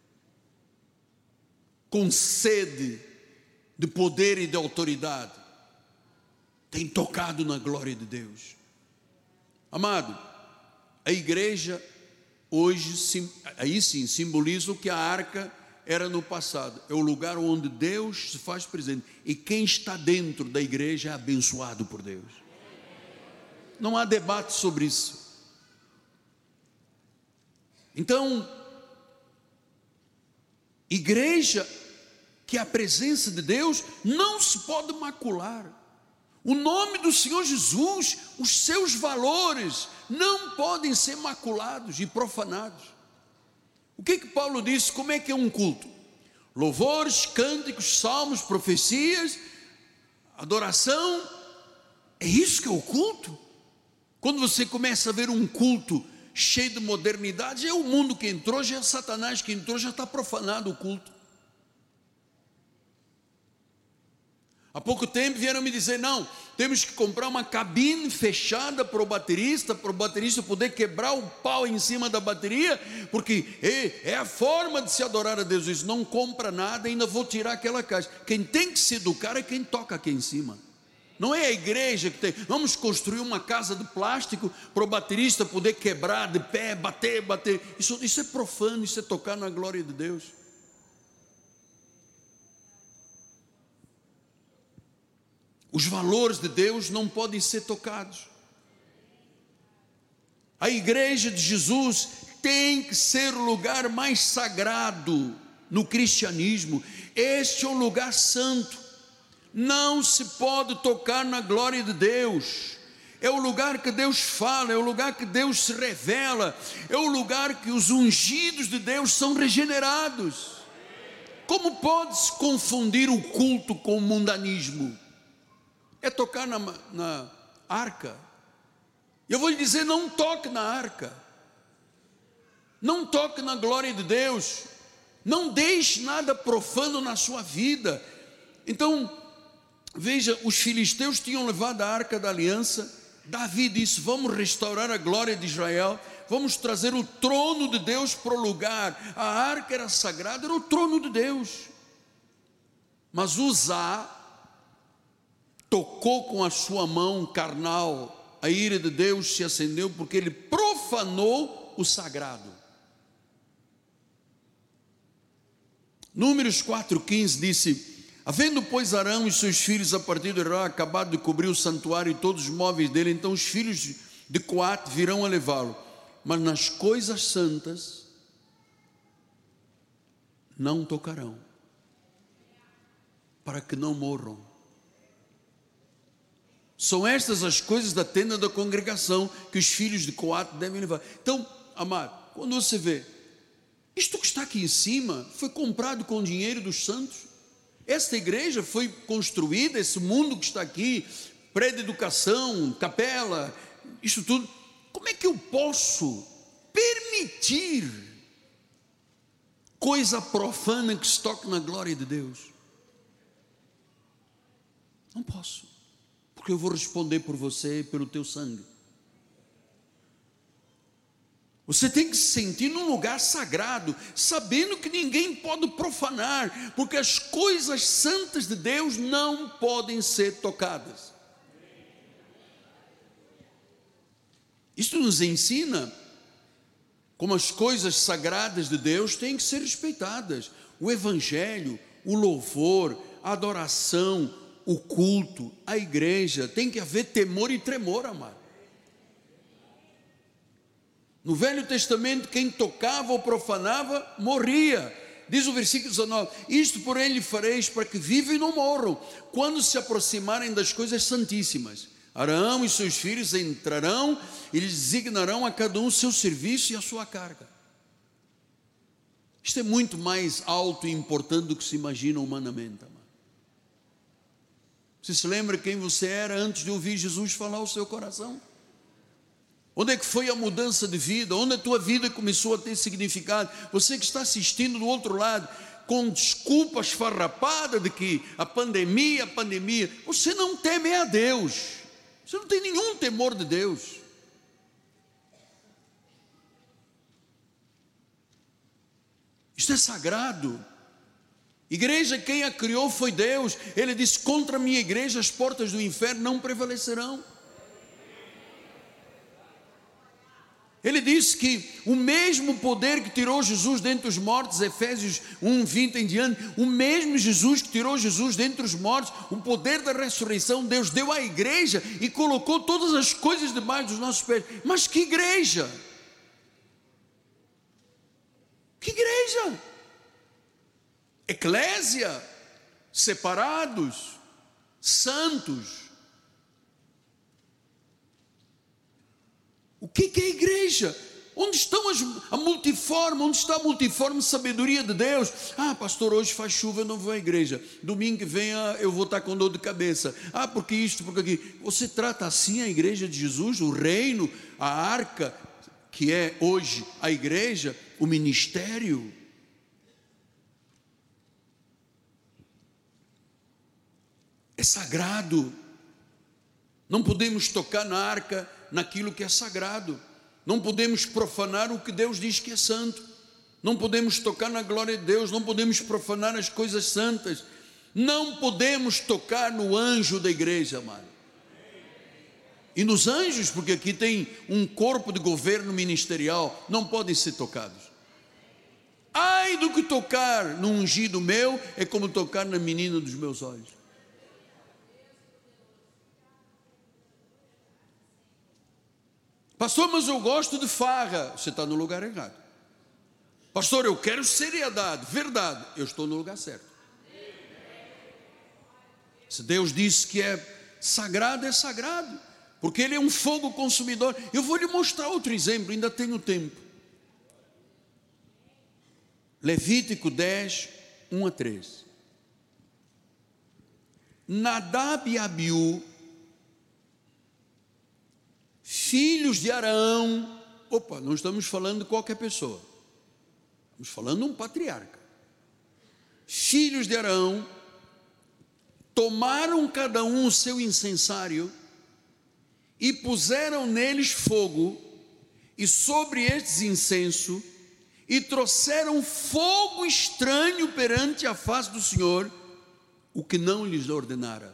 com sede de poder e de autoridade, têm tocado na glória de Deus? Amado, a igreja hoje, aí sim, simboliza o que a arca era no passado. É o lugar onde Deus se faz presente, e quem está dentro da igreja é abençoado por Deus. Não há debate sobre isso. Então, igreja que é a presença de Deus não se pode macular. O nome do Senhor Jesus, os seus valores não podem ser maculados e profanados. O que que Paulo disse? Como é que é um culto? Louvores, cânticos, salmos, profecias, adoração. É isso que é o culto? Quando você começa a ver um culto cheio de modernidade, é o mundo que entrou, já é Satanás que entrou, já está profanado o culto. Há pouco tempo vieram me dizer: não, temos que comprar uma cabine fechada para o baterista, para o baterista poder quebrar o pau em cima da bateria, porque é, é a forma de se adorar a Deus. Isso não compra nada, ainda vou tirar aquela caixa. Quem tem que se educar é quem toca aqui em cima. Não é a igreja que tem. Vamos construir uma casa de plástico para o baterista poder quebrar de pé, bater, bater. Isso, isso é profano, isso é tocar na glória de Deus. Os valores de Deus não podem ser tocados. A igreja de Jesus tem que ser o lugar mais sagrado no cristianismo. Este é um lugar santo. Não se pode tocar na glória de Deus. É o lugar que Deus fala, é o lugar que Deus se revela, é o lugar que os ungidos de Deus são regenerados. Como pode-se confundir o culto com o mundanismo? É tocar na, na arca. Eu vou lhe dizer: não toque na arca, não toque na glória de Deus, não deixe nada profano na sua vida. Então, veja, os filisteus tinham levado a arca da aliança. Davi disse: vamos restaurar a glória de Israel, vamos trazer o trono de Deus para o lugar. A arca era sagrada, era o trono de Deus. Mas Uzá tocou com a sua mão carnal, a ira de Deus se acendeu, porque ele profanou o sagrado. Números quatro, quinze disse: havendo, pois, Arão e seus filhos a partir de Ará acabado de cobrir o santuário e todos os móveis dele, então os filhos de Coate virão a levá-lo, mas nas coisas santas não tocarão, para que não morram. São estas as coisas da tenda da congregação que os filhos de Coate devem levar. Então, amado, quando você vê, isto que está aqui em cima foi comprado com o dinheiro dos santos. Esta igreja foi construída, esse mundo que está aqui, prédio de educação, capela, isso tudo. Como é que eu posso permitir coisa profana que se toque na glória de Deus? Não posso. Porque eu vou responder por você e pelo teu sangue. Você tem que se sentir num lugar sagrado, sabendo que ninguém pode profanar, porque as coisas santas de Deus não podem ser tocadas. Isto nos ensina como as coisas sagradas de Deus têm que ser respeitadas. O evangelho, o louvor, a adoração, o culto, a igreja, tem que haver temor e tremor, amado. No Velho Testamento, quem tocava ou profanava, morria. Diz o versículo dezenove: isto porém lhe fareis para que vivam e não morram, quando se aproximarem das coisas santíssimas. Arão e seus filhos entrarão e lhes designarão a cada um o seu serviço e a sua carga. Isto é muito mais alto e importante do que se imagina humanamente, amado. Você se lembra quem você era antes de ouvir Jesus falar ao seu coração? Onde é que foi a mudança de vida? Onde a tua vida começou a ter significado? Você que está assistindo do outro lado, com desculpas farrapadas de que a pandemia, a pandemia, você não teme a Deus, você não tem nenhum temor de Deus. Isto é sagrado. Igreja, quem a criou foi Deus. Ele disse: contra a minha igreja as portas do inferno não prevalecerão. Ele disse que o mesmo poder que tirou Jesus dentre os mortos, Efésios um, vinte em diante, o mesmo Jesus que tirou Jesus dentre os mortos, o poder da ressurreição, Deus deu à igreja e colocou todas as coisas debaixo dos nossos pés. Mas que igreja? Que igreja? Eclésia, separados, santos. O que é a igreja? Onde estão as, a multiforme, onde está a multiforme sabedoria de Deus? Ah, pastor, hoje faz chuva, eu não vou à igreja. Domingo que vem eu vou estar com dor de cabeça. Ah, porque isto, porque aquilo. Você trata assim a igreja de Jesus, o reino, a arca, que é hoje a igreja, o ministério. É sagrado. Não podemos tocar na arca, naquilo que é sagrado. Não podemos profanar o que Deus diz que é santo. Não podemos tocar na glória de Deus. Não podemos profanar as coisas santas. Não podemos tocar no anjo da igreja, amado. E nos anjos, porque aqui tem um corpo de governo ministerial, não podem ser tocados. Ai do que tocar no ungido meu, é como tocar na menina dos meus olhos. Pastor, mas eu gosto de farra. Você está no lugar errado. Pastor, eu quero seriedade. Verdade, eu estou no lugar certo. Se Deus disse que é sagrado, é sagrado, porque Ele é um fogo consumidor. Eu vou lhe mostrar outro exemplo, ainda tenho tempo. Levítico dez, um a três. Nadab e Abiú, filhos de Arão. Opa, não estamos falando de qualquer pessoa, estamos falando de um patriarca. Filhos de Arão tomaram cada um o seu incensário e puseram neles fogo, e sobre estes incenso, e trouxeram fogo estranho perante a face do Senhor, o que não lhes ordenara.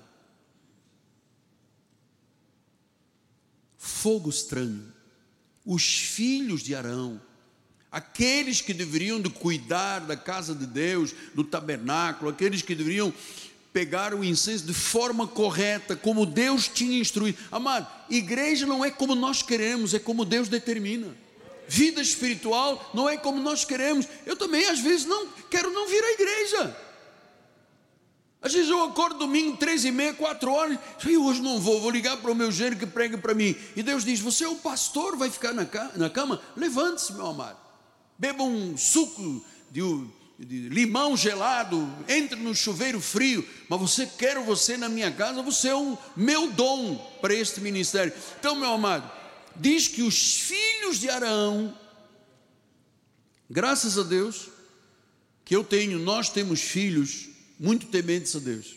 Fogo estranho. Os filhos de Arão, aqueles que deveriam de cuidar da casa de Deus, do tabernáculo, aqueles que deveriam pegar o incenso de forma correta, como Deus tinha instruído. Amado, igreja não é como nós queremos, é como Deus determina. Vida espiritual não é como nós queremos. Eu também às vezes não quero não vir à igreja. Às vezes eu acordo domingo, três e meia, quatro horas, e hoje não vou, vou ligar para o meu genro que prega para mim. E Deus diz: você é o pastor, vai ficar na, na cama? Levante-se, meu amado. Beba um suco de, de limão gelado, entre no chuveiro frio. Mas você, quero você na minha casa, você é o meu dom para este ministério. Então, meu amado, diz que os filhos de Arão, graças a Deus, que eu tenho, nós temos filhos muito tementes a Deus,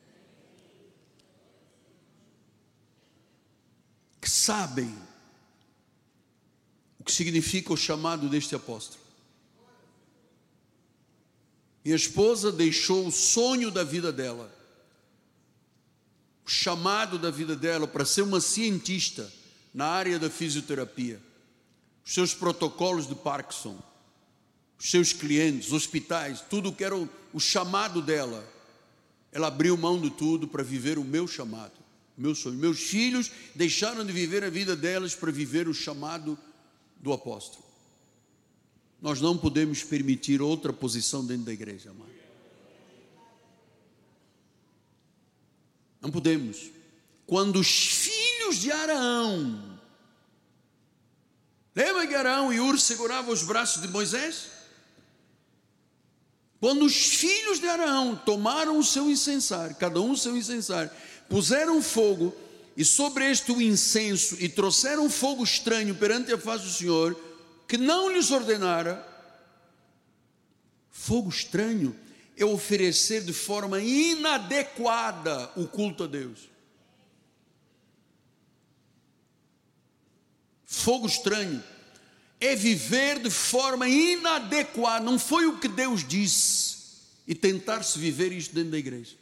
que sabem o que significa o chamado deste apóstolo. Minha esposa deixou o sonho da vida dela, o chamado da vida dela para ser uma cientista na área da fisioterapia, os seus protocolos de Parkinson, os seus clientes, hospitais, tudo que era o, o chamado dela. Ela abriu mão de tudo para viver o meu chamado, o meu sonho. Meus filhos deixaram de viver a vida delas para viver o chamado do apóstolo. Nós não podemos permitir outra posição dentro da igreja, amado. Não podemos. Quando os filhos de Arão, lembra que Arão e Ur seguravam os braços de Moisés? Quando os filhos de Arão tomaram o seu incensário, cada um o seu incensário, puseram fogo, e sobre este o incenso, e trouxeram fogo estranho perante a face do Senhor, que não lhes ordenara. Fogo estranho é oferecer de forma inadequada o culto a Deus. Fogo estranho é viver de forma inadequada, não foi o que Deus disse, e tentar-se viver isto dentro da igreja.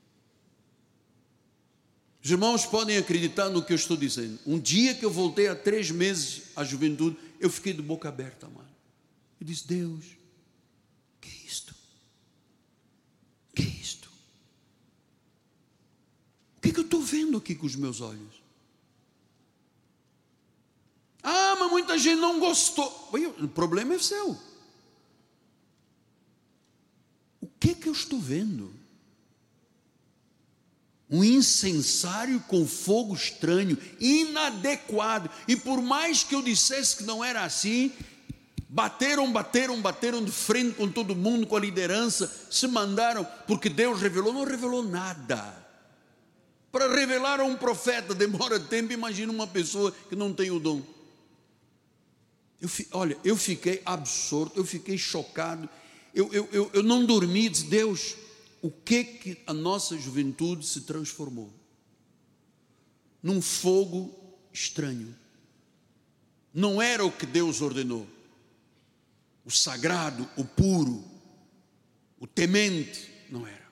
Os irmãos podem acreditar no que eu estou dizendo. Um dia que eu voltei há três meses à juventude, eu fiquei de boca aberta, mano. Eu disse: Deus, que é isto? Que é isto? O que é que eu estou vendo aqui com os meus olhos? Ah, mas muita gente não gostou. O problema é seu. O que é que eu estou vendo? Um incensário com fogo estranho, inadequado. E por mais que eu dissesse que não era assim, bateram, bateram, bateram de frente com todo mundo, com a liderança, se mandaram, porque Deus revelou, não revelou nada. Para revelar a um profeta demora tempo, imagina uma pessoa que não tem o dom. Eu, olha, eu fiquei absorto, eu fiquei chocado, eu, eu, eu, eu não dormi, disse: Deus, o que que a nossa juventude se transformou? Num fogo estranho. Não era o que Deus ordenou. O sagrado, o puro, o temente, não era.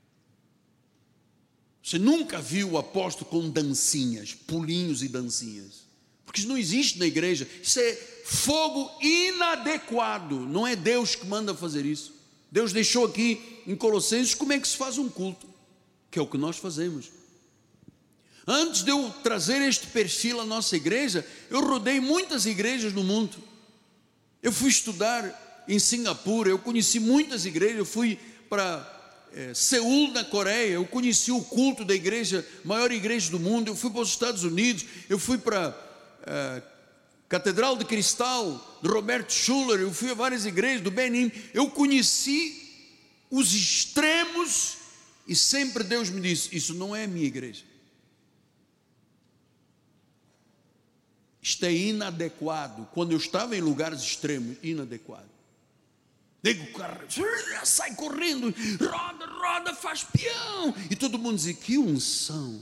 Você nunca viu o apóstolo com dancinhas, pulinhos e dancinhas, porque isso não existe na igreja. Isso é fogo inadequado. Não é Deus que manda fazer isso. Deus deixou aqui em Colossenses como é que se faz um culto, que é o que nós fazemos. Antes de eu trazer este perfil à nossa igreja, eu rodei muitas igrejas no mundo. Eu fui estudar em Singapura, eu conheci muitas igrejas. Eu fui para é, Seul, na Coreia, eu conheci o culto da igreja, maior igreja do mundo. Eu fui para os Estados Unidos, eu fui para é, Catedral de Cristal, de Roberto Schuller, eu fui a várias igrejas, do Benin. Eu conheci os extremos, e sempre Deus me disse: isso não é a minha igreja. Isto é inadequado. Quando eu estava em lugares extremos, inadequado. Digo, o carro sai correndo, roda, roda, faz peão, e todo mundo dizia: que unção,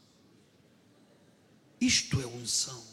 isto é unção.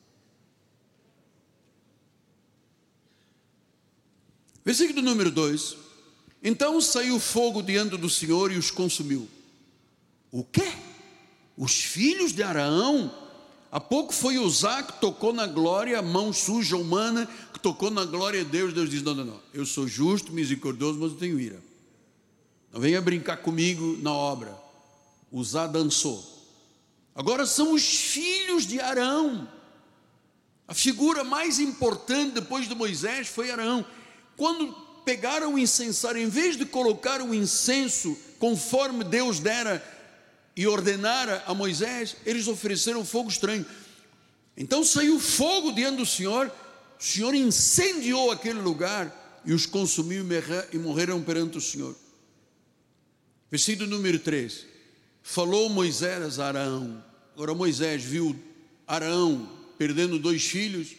Versículo número dois. Então saiu fogo diante do Senhor e os consumiu. O quê? Os filhos de Arão? Há pouco foi Uzá que tocou na glória, a mão suja humana, que tocou na glória de Deus. Deus diz: não, não, não, eu sou justo, misericordioso, mas eu tenho ira. Não venha brincar comigo na obra. Uzá dançou. Agora são os filhos de Arão. A figura mais importante depois de Moisés foi Arão. Quando pegaram o incensário, em vez de colocar o incenso conforme Deus dera e ordenara a Moisés, eles ofereceram fogo estranho. Então saiu fogo diante do Senhor, o Senhor incendiou aquele lugar e os consumiu e morreram perante o Senhor. Versículo número três. Falou Moisés a Arão. Agora Moisés viu Arão perdendo dois filhos.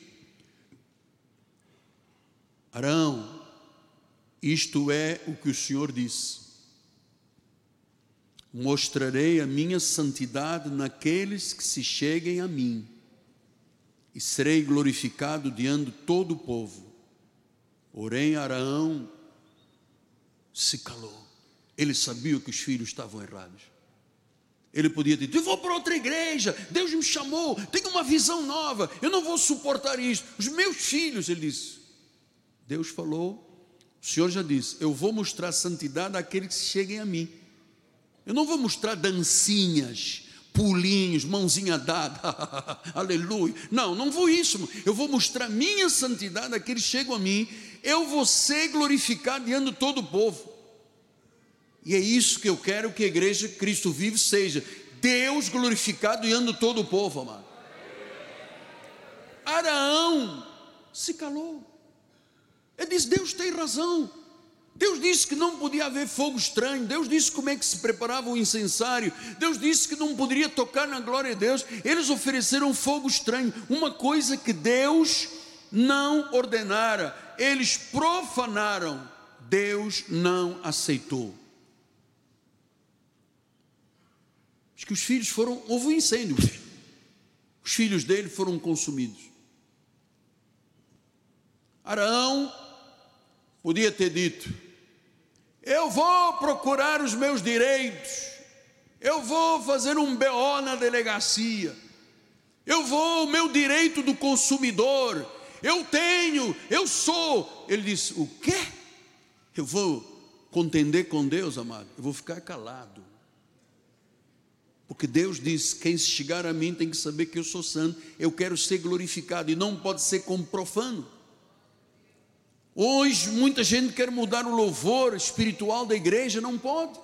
Arão, isto é o que o Senhor disse: mostrarei a minha santidade naqueles que se cheguem a mim, e serei glorificado diante de todo o povo. Porém Arão se calou. Ele sabia que os filhos estavam errados. Ele podia dizer: eu vou para outra igreja, Deus me chamou, tenho uma visão nova, eu não vou suportar isso. Os meus filhos, ele disse: Deus falou, o Senhor já disse, eu vou mostrar santidade àqueles que cheguem a mim. Eu não vou mostrar dancinhas, pulinhos, mãozinha dada, aleluia. Não, não vou isso, eu vou mostrar minha santidade, aqueles chegam a mim, eu vou ser glorificado diante de todo o povo. E é isso que eu quero que a igreja Cristo Vive seja, Deus glorificado diante de todo o povo, amado. Araão se calou, ele disse, Deus tem razão, Deus disse que não podia haver fogo estranho, Deus disse como é que se preparava o incensário, Deus disse que não poderia tocar na glória de Deus. Eles ofereceram fogo estranho, uma coisa que Deus não ordenara, eles profanaram, Deus não aceitou. Diz que os filhos foram, houve um incêndio, os filhos dele foram consumidos. Araão podia ter dito, eu vou procurar os meus direitos, eu vou fazer um B O na delegacia, eu vou, o meu direito do consumidor, eu tenho, eu sou. Ele disse, o quê? Eu vou contender com Deus, amado, eu vou ficar calado, porque Deus disse, quem se chegar a mim tem que saber que eu sou santo, eu quero ser glorificado, e não pode ser como profano. Hoje muita gente quer mudar o louvor espiritual da igreja, não pode.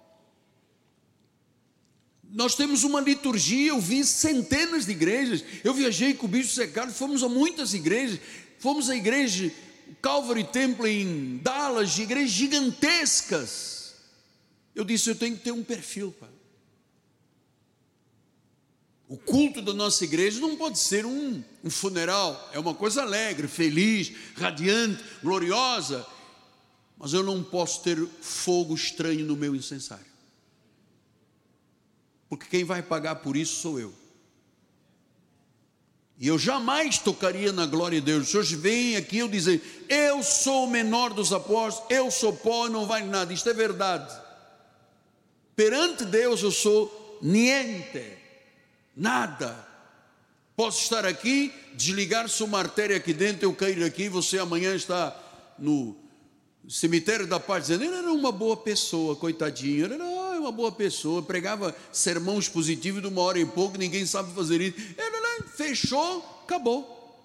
Nós temos uma liturgia, eu vi centenas de igrejas, eu viajei com o bispo Zé Carlos, fomos a muitas igrejas, fomos à igreja Calvary Temple em Dallas, igrejas gigantescas. Eu disse, eu tenho que ter um perfil, pai. O culto da nossa igreja não pode ser um, um funeral, é uma coisa alegre, feliz, radiante, gloriosa, mas eu não posso ter fogo estranho no meu incensário, porque quem vai pagar por isso sou eu, e eu jamais tocaria na glória de Deus. Os senhores vêm aqui eu dizer, eu sou o menor dos apóstolos, eu sou pó, não vale nada, isto é verdade, perante Deus eu sou niente, nada. Posso estar aqui, desligar-se uma artéria aqui dentro, eu cair aqui, você amanhã está no cemitério da paz dizendo, ele era uma boa pessoa, coitadinho, ele era uma boa pessoa, pregava sermão expositivo de uma hora e pouco, ninguém sabe fazer isso, ele fechou, acabou.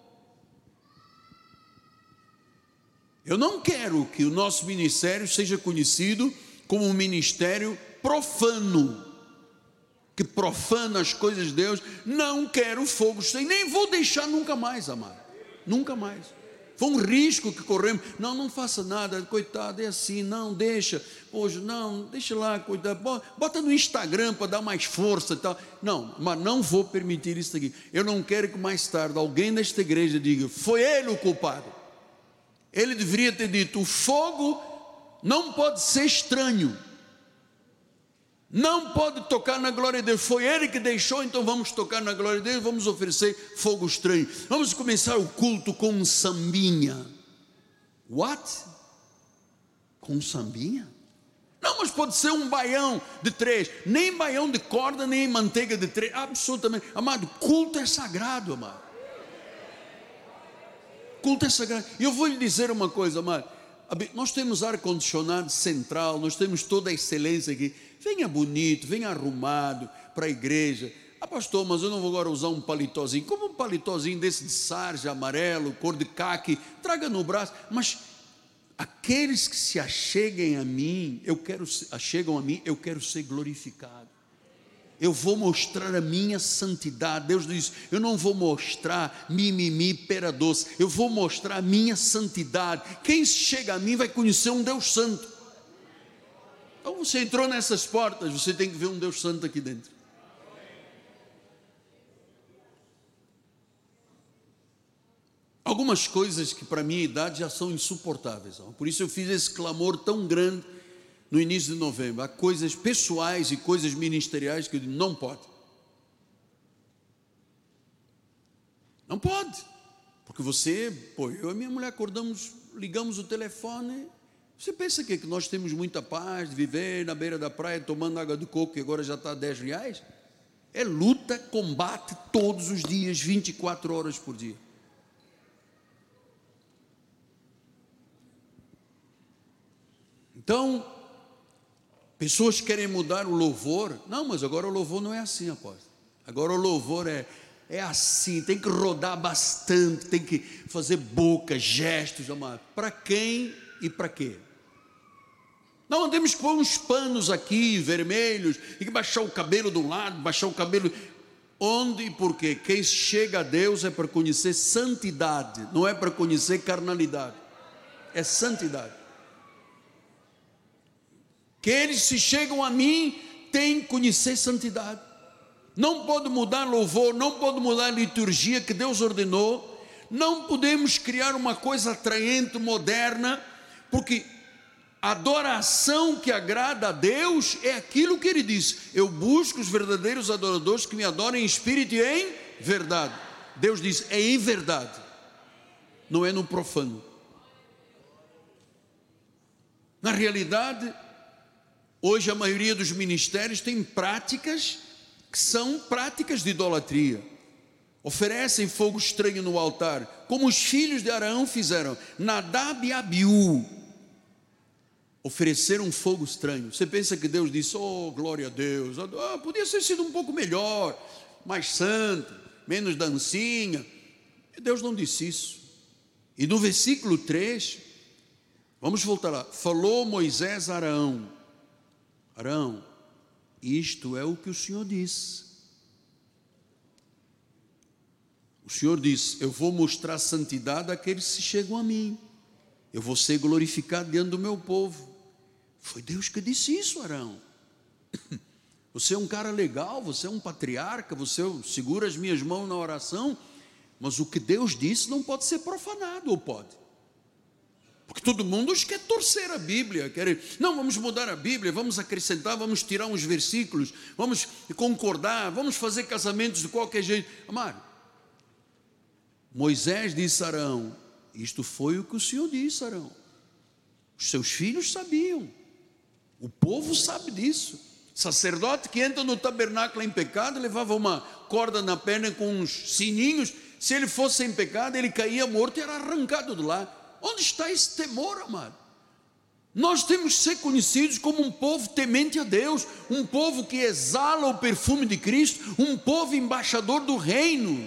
Eu não quero que o nosso ministério seja conhecido como um ministério profano, que profana as coisas de Deus. Não quero fogo sem, nem vou deixar nunca mais, amado, nunca mais. Foi um risco que corremos, não, não faça nada, coitado, é assim, não, deixa, hoje, não, deixa lá, coitado, bota no Instagram para dar mais força e tal, não, mas não vou permitir isso aqui. Eu não quero que mais tarde alguém desta igreja diga, foi ele o culpado. Ele deveria ter dito, o fogo não pode ser estranho, não pode tocar na glória de Deus, foi ele que deixou, então vamos tocar na glória de Deus, vamos oferecer fogo estranho, vamos começar o culto com um sambinha. What? Com um sambinha? Não, mas pode ser um baião de três, nem baião de corda, nem manteiga de três, absolutamente, amado, culto é sagrado, amado, culto é sagrado. E eu vou lhe dizer uma coisa, amado, nós temos ar-condicionado central, nós temos toda a excelência aqui, venha bonito, venha arrumado para a igreja. Ah, pastor, mas eu não vou agora usar um paletózinho, como um paletózinho desse de sarja, amarelo, cor de caque, traga no braço, mas aqueles que se acheguem a mim, eu quero, achegam a mim, eu quero ser glorificado, eu vou mostrar a minha santidade. Deus diz, eu não vou mostrar mimimi, pera doce, eu vou mostrar a minha santidade. Quem chega a mim vai conhecer um Deus santo. Então você entrou nessas portas, você tem que ver um Deus santo aqui dentro. Algumas coisas que para a minha idade já são insuportáveis, por isso eu fiz esse clamor tão grande no início de novembro. Há coisas pessoais e coisas ministeriais que eu digo, não pode, não pode, porque você, pô, eu e minha mulher acordamos, ligamos o telefone, você pensa que, que nós temos muita paz de viver na beira da praia tomando água de coco, que agora já está a dez reais? É luta, combate todos os dias, vinte e quatro horas por dia. Então, Pessoas querem mudar o louvor. Não, mas agora o louvor não é assim, apóstolo. Agora o louvor é, é assim, tem que rodar bastante, tem que fazer boca, gestos, amado. Para quem e para quê? Não temos que pôr uns panos aqui, vermelhos, e que baixar o cabelo de um lado, baixar o cabelo... Onde e por quê? Quem chega a Deus é para conhecer santidade, não é para conhecer carnalidade. É santidade. Aqueles que chegam a mim têm que conhecer santidade. Não pode mudar louvor, não pode mudar a liturgia que Deus ordenou. Não podemos criar uma coisa atraente, moderna, porque a adoração que agrada a Deus é aquilo que Ele diz: eu busco os verdadeiros adoradores que me adorem em espírito e em verdade. Deus diz, é em verdade, não é no profano. Na realidade, hoje a maioria dos ministérios tem práticas que são práticas de idolatria. Oferecem fogo estranho no altar, como os filhos de Arão fizeram. Nadab e Abiú ofereceram um fogo estranho. Você pensa que Deus disse, oh glória a Deus, oh, podia ter sido um pouco melhor, mais santo, menos dancinha. E Deus não disse isso. E no versículo três, vamos voltar lá, falou Moisés a Arão: Arão, isto é o que o Senhor disse. O Senhor disse, eu vou mostrar santidade àqueles que chegam a mim, eu vou ser glorificado diante do meu povo. Foi Deus que disse isso, Arão. Você é um cara legal, você é um patriarca, você segura as minhas mãos na oração, mas o que Deus disse não pode ser profanado, ou pode? Porque todo mundo quer torcer a Bíblia, quer, não, vamos mudar a Bíblia, vamos acrescentar, vamos tirar uns versículos, vamos concordar, vamos fazer casamentos de qualquer jeito. Amado, Moisés disse a Arão, isto foi o que o Senhor disse, Arão. Os seus filhos sabiam, o povo sabe disso. Sacerdote que entra no tabernáculo em pecado, levava uma corda na perna com uns sininhos, se ele fosse em pecado, ele caía morto e era arrancado de lá. Onde está esse temor, amado? Nós temos que ser conhecidos como um povo temente a Deus, um povo que exala o perfume de Cristo, um povo embaixador do reino.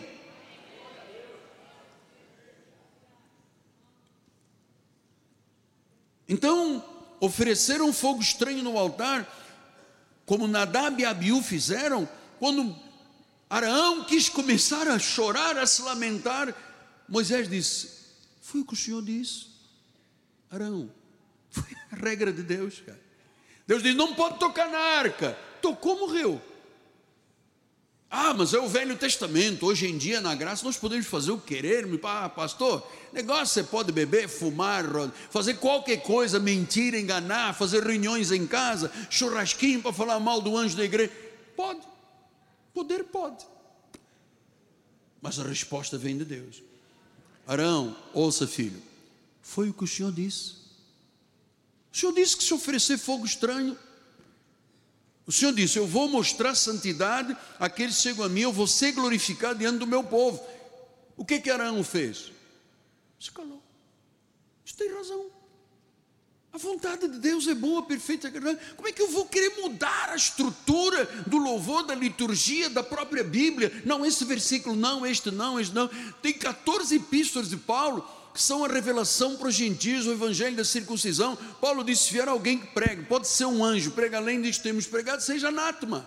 Então, ofereceram fogo estranho no altar, como Nadab e Abiú fizeram. Quando Arão quis começar a chorar, a se lamentar, Moisés disse, foi o que o Senhor disse, Arão, foi a regra de Deus, cara. Deus diz, não pode tocar na arca, tocou, morreu. Ah, mas é o Velho Testamento, hoje em dia na graça nós podemos fazer o querer. Ah, pastor, negócio você pode beber, fumar, fazer qualquer coisa, mentir, enganar, fazer reuniões em casa, churrasquinho para falar mal do anjo da igreja. Pode, poder pode, mas a resposta vem de Deus. Arão, ouça filho, foi o que o Senhor disse. O Senhor disse que se oferecer fogo estranho, o Senhor disse, eu vou mostrar santidade àqueles que chegam a mim, eu vou ser glorificado diante do meu povo. O que que Arão fez? Se calou. Você tem razão. A vontade de Deus é boa, perfeita. Como é que eu vou querer mudar a estrutura do louvor, da liturgia, da própria Bíblia? Não, esse versículo não, este não, este não. Tem quatorze epístolas de Paulo que são a revelação para os gentios, o evangelho da circuncisão. Paulo disse, se vier alguém que pregue, pode ser um anjo, prega além disto que temos pregado, seja anátema.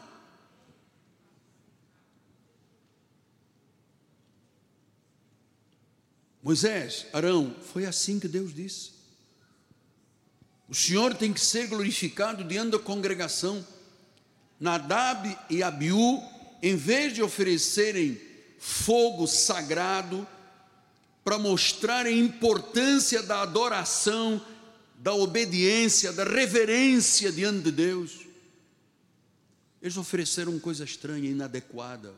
Moisés, Arão, foi assim que Deus disse. O Senhor tem que ser glorificado diante da congregação. Nadab e Abiú, em vez de oferecerem fogo sagrado, para mostrar a importância da adoração, da obediência, da reverência diante de Deus, eles ofereceram coisa estranha, inadequada.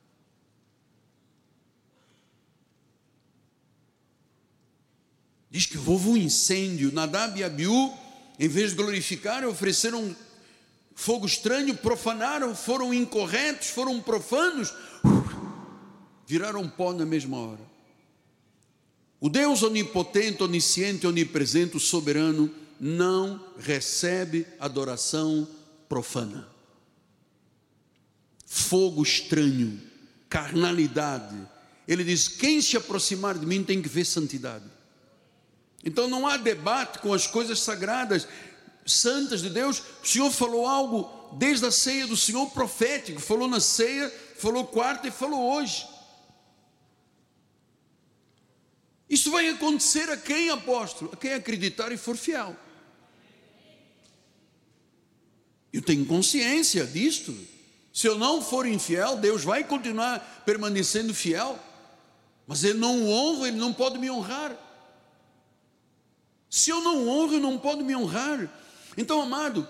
Diz que houve um incêndio. Nadab e Abiú, em vez de glorificar, ofereceram fogo estranho, profanaram, foram incorretos, foram profanos, viraram pó na mesma hora. O Deus onipotente, onisciente, onipresente, o soberano, não recebe adoração profana. Fogo estranho, carnalidade. Ele diz: quem se aproximar de mim tem que ver santidade. Então não há debate com as coisas sagradas, santas de Deus. O Senhor falou algo desde a ceia do Senhor profético, falou na ceia, falou quarta e falou hoje. Isso vai acontecer a quem, apóstolo? A quem acreditar e for fiel. Eu tenho consciência disto. Se eu não for infiel, Deus vai continuar permanecendo fiel, mas Ele não o honra, Ele não pode me honrar. Se eu não honro, Ele não pode me honrar. Então, amado,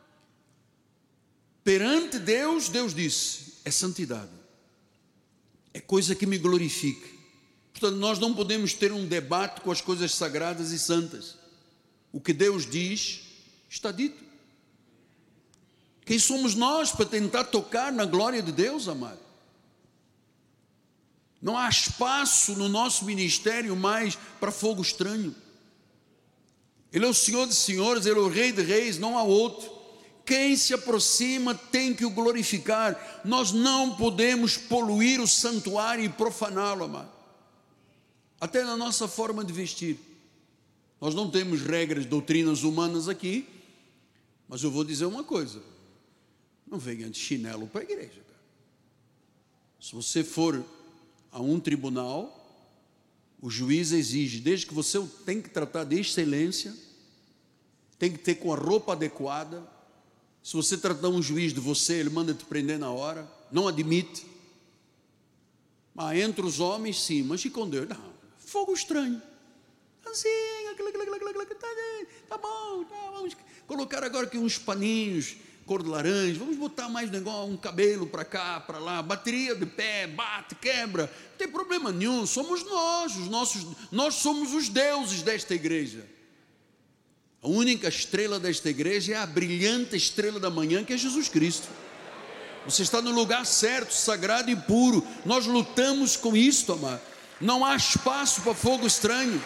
perante Deus, Deus disse: é santidade, é coisa que me glorifique. Portanto, nós não podemos ter um debate com as coisas sagradas e santas. O que Deus diz, está dito. Quem somos nós para tentar tocar na glória de Deus, amado? Não há espaço no nosso ministério mais para fogo estranho. Ele é o Senhor de senhores, Ele é o Rei de reis, não há outro. Quem se aproxima tem que o glorificar. Nós não podemos poluir o santuário e profaná-lo, amado. Até na nossa forma de vestir. Nós não temos regras, doutrinas humanas aqui, mas eu vou dizer uma coisa: não venha de chinelo para a igreja, cara. Se você for a um tribunal, o juiz exige, desde que você tem que tratar de excelência, tem que ter com a roupa adequada. Se você tratar um juiz de você, ele manda te prender na hora, não admite. Mas entre os homens, sim, mas e com Deus? Não, fogo estranho. Assim, tá bom, tá, vamos colocar agora aqui uns paninhos cor de laranja, vamos botar mais negócio, um cabelo para cá, para lá, bateria de pé, bate, quebra, não tem problema nenhum. Somos nós, os nossos, nós somos os deuses desta igreja. A única estrela desta igreja é a brilhante estrela da manhã, que é Jesus Cristo. Você está no lugar certo, sagrado e puro. Nós lutamos com isto, amado. Não há espaço para fogo estranho.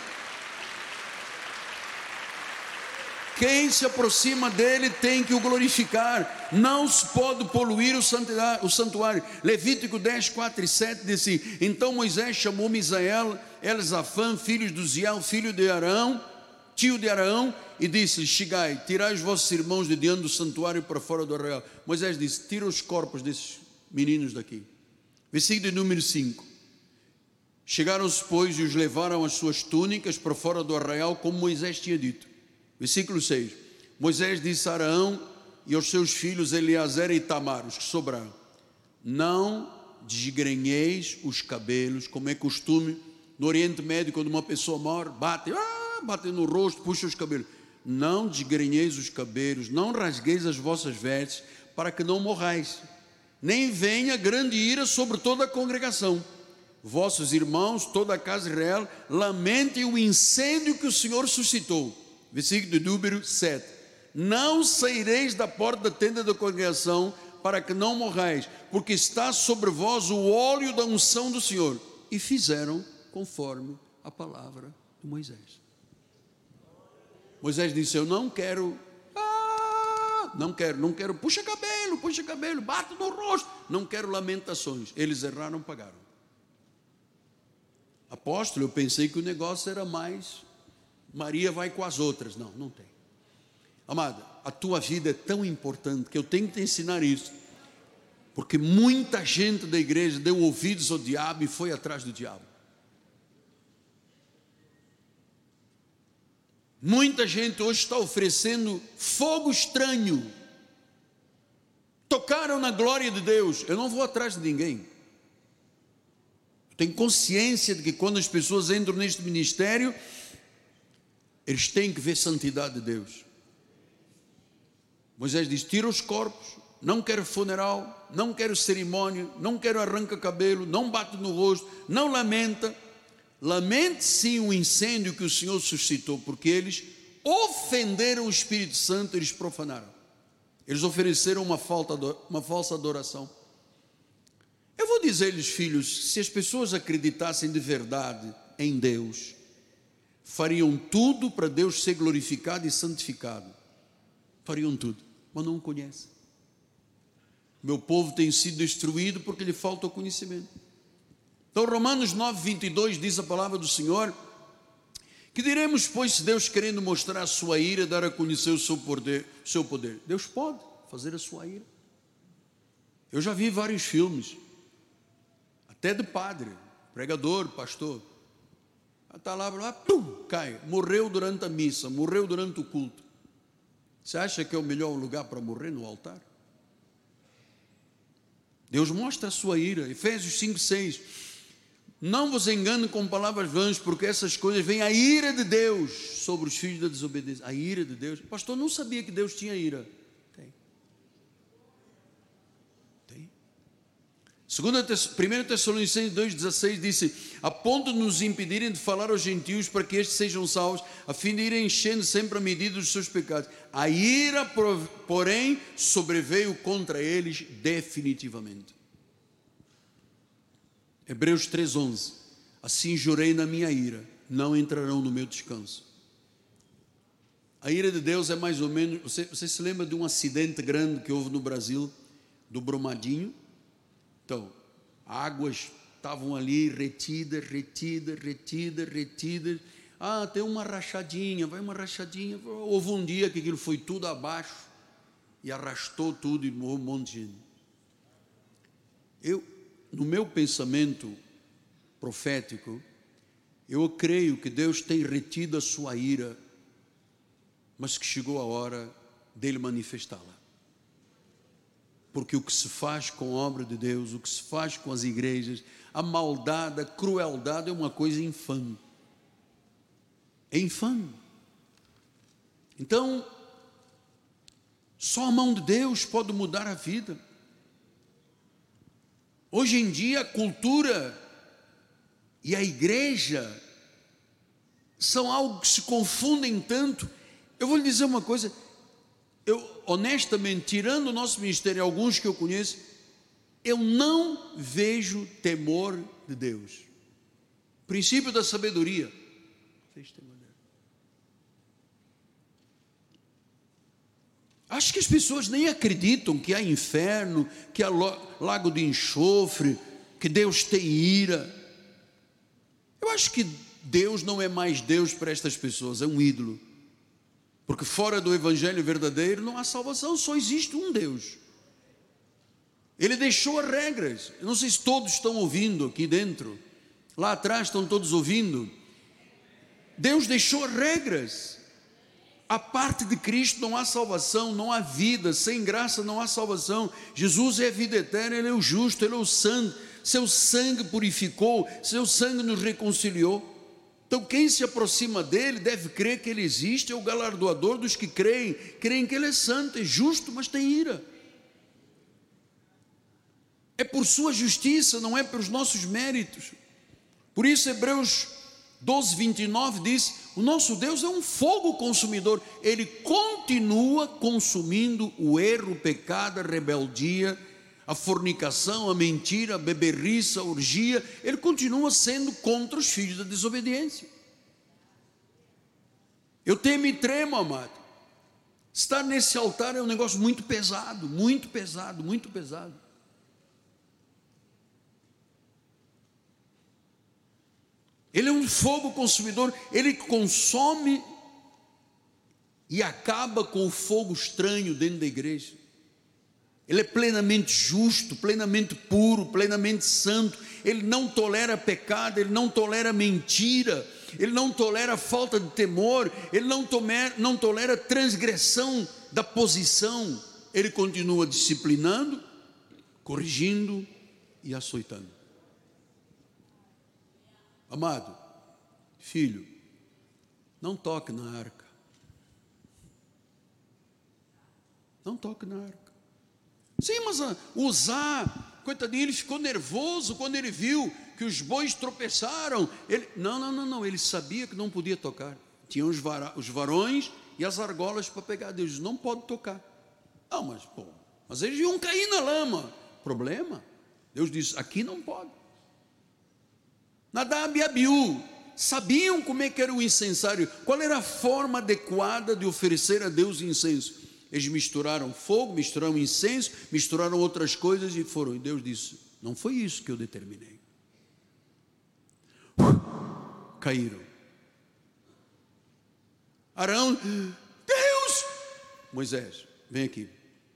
Quem se aproxima dele tem que o glorificar. Não se pode poluir o santuário. Levítico dez, quatro e sete diz assim: então Moisés chamou Misael, Elzafã, filhos de Uziel, filho de Arão, tio de Arão, e disse-lhe: chegai, tirai os vossos irmãos de diante do santuário para fora do arraial. Moisés disse: tira os corpos desses meninos daqui. Versículo de número cinco. Chegaram-se, pois, e os levaram as suas túnicas para fora do arraial, como Moisés tinha dito. Versículo seis. Moisés disse a Arão e aos seus filhos Eleazar e Itamar, os que sobraram: não desgrenheis os cabelos, como é costume no Oriente Médio, quando uma pessoa morre, bate, ah, bate no rosto, puxa os cabelos. Não desgrenheis os cabelos, não rasgueis as vossas vestes, para que não morrais, nem venha grande ira sobre toda a congregação. Vossos irmãos, toda a casa de Israel, lamentem o incêndio que o Senhor suscitou. Versículo de número sete. Não saireis da porta da tenda da congregação, para que não morrais, porque está sobre vós o óleo da unção do Senhor. E fizeram conforme a palavra de Moisés. Moisés disse: eu não quero, ah, não quero, não quero, puxa cabelo, puxa cabelo, bate no rosto, não quero lamentações. Eles erraram, pagaram. Apóstolo, eu pensei que o negócio era mais Maria vai com as outras. Não, não tem. Amada, a tua vida é tão importante que eu tenho que te ensinar isso, porque muita gente da igreja deu ouvidos ao diabo e foi atrás do diabo. Muita gente hoje está oferecendo fogo estranho. Tocaram na glória de Deus. Eu não vou atrás de ninguém. Eu tenho consciência de que quando as pessoas entram neste ministério, eles têm que ver santidade de Deus. Moisés diz: tira os corpos, não quero funeral, não quero cerimônia, não quero arranca cabelo, não bate no rosto, não lamenta. Lamente sim o incêndio que o Senhor suscitou, porque eles ofenderam o Espírito Santo, eles profanaram. Eles ofereceram uma, falta, uma falsa adoração. Eu vou dizer-lhes, filhos, se as pessoas acreditassem de verdade em Deus, fariam tudo para Deus ser glorificado e santificado. Fariam tudo, mas não o conhecem. Meu povo tem sido destruído porque lhe falta o conhecimento. Então Romanos nove, vinte e dois diz a palavra do Senhor: que diremos, pois, se Deus, querendo mostrar a sua ira, dar a conhecer o seu poder, o seu poder? Deus pode fazer a sua ira. Eu já vi vários filmes, até de padre, pregador, pastor. Está lá, lá, pum, cai, morreu durante a missa, morreu durante o culto. Você acha que é o melhor lugar para morrer? No altar? Deus mostra a sua ira. Efésios cinco, seis. Não vos engane com palavras vãs, porque essas coisas vêm a ira de Deus sobre os filhos da desobediência. A ira de Deus. Pastor, não sabia que Deus tinha ira. Tem. Tem. primeira Tessalonicenses dois, dezesseis disse: a ponto de nos impedirem de falar aos gentios para que estes sejam salvos, a fim de irem enchendo sempre a medida dos seus pecados. A ira, porém, sobreveio contra eles definitivamente. Hebreus três, onze. Assim jurei na minha ira, não entrarão no meu descanso. A ira de Deus é mais ou menos, você, você se lembra de um acidente grande que houve no Brasil, do Brumadinho? Então, águas estavam ali retidas, retidas, retidas, retidas. Ah, tem uma rachadinha, vai uma rachadinha. Houve um dia que aquilo foi tudo abaixo e arrastou tudo e morreu um monte de gente. Eu, no meu pensamento profético, eu creio que Deus tem retido a sua ira, mas que chegou a hora dele manifestá-la. Porque o que se faz com a obra de Deus, o que se faz com as igrejas, a maldade, a crueldade é uma coisa infame. É infame. Então, só a mão de Deus pode mudar a vida. Hoje em dia a cultura e a igreja são algo que se confundem tanto. Eu vou lhe dizer uma coisa, eu honestamente, tirando o nosso ministério, alguns que eu conheço, eu não vejo temor de Deus. Princípio da sabedoria. Acho que as pessoas nem acreditam que há inferno, que há lago de enxofre, que Deus tem ira. Eu acho que Deus não é mais Deus para estas pessoas, é um ídolo. Porque fora do evangelho verdadeiro não há salvação, só existe um Deus. Ele deixou as regras. Eu não sei se todos estão ouvindo aqui dentro. Lá atrás estão todos ouvindo. Deus deixou as regras. A parte de Cristo não há salvação, não há vida. Sem graça não há salvação. Jesus é a vida eterna, Ele é o justo, Ele é o santo. Seu sangue purificou, seu sangue nos reconciliou. Então quem se aproxima dele deve crer que ele existe, é o galardoador dos que creem, creem que ele é santo, é justo, mas tem ira. É por sua justiça, não é pelos nossos méritos. Por isso Hebreus doze, vinte e nove diz: o nosso Deus é um fogo consumidor. Ele continua consumindo o erro, o pecado, a rebeldia, a fornicação, a mentira, a beberriça, a orgia. Ele continua sendo contra os filhos da desobediência. Eu temo e tremo, amado. Estar nesse altar é um negócio muito pesado, muito pesado, muito pesado. Ele é um fogo consumidor, ele consome e acaba com o fogo estranho dentro da igreja. Ele é plenamente justo, plenamente puro, plenamente santo. Ele não tolera pecado, ele não tolera mentira, ele não tolera falta de temor, ele não tolera, não tolera transgressão da posição. Ele continua disciplinando, corrigindo e açoitando. Amado, filho, não toque na arca. Não toque na arca. Sim, mas Uzá, coitadinho, ele ficou nervoso quando ele viu que os bois tropeçaram. Ele, não, não, não, não, ele sabia que não podia tocar. Tinha os, vara, os varões e as argolas para pegar. Deus disse: não pode tocar. Não, mas, pô, mas eles iam cair na lama. Problema? Deus disse: aqui não pode. Nadab e Abiú sabiam como é que era o incensário, qual era a forma adequada de oferecer a Deus incenso. Eles misturaram fogo, misturaram incenso, misturaram outras coisas e foram. E Deus disse: não foi isso que eu determinei. Caíram. Arão, Deus! Moisés, vem aqui.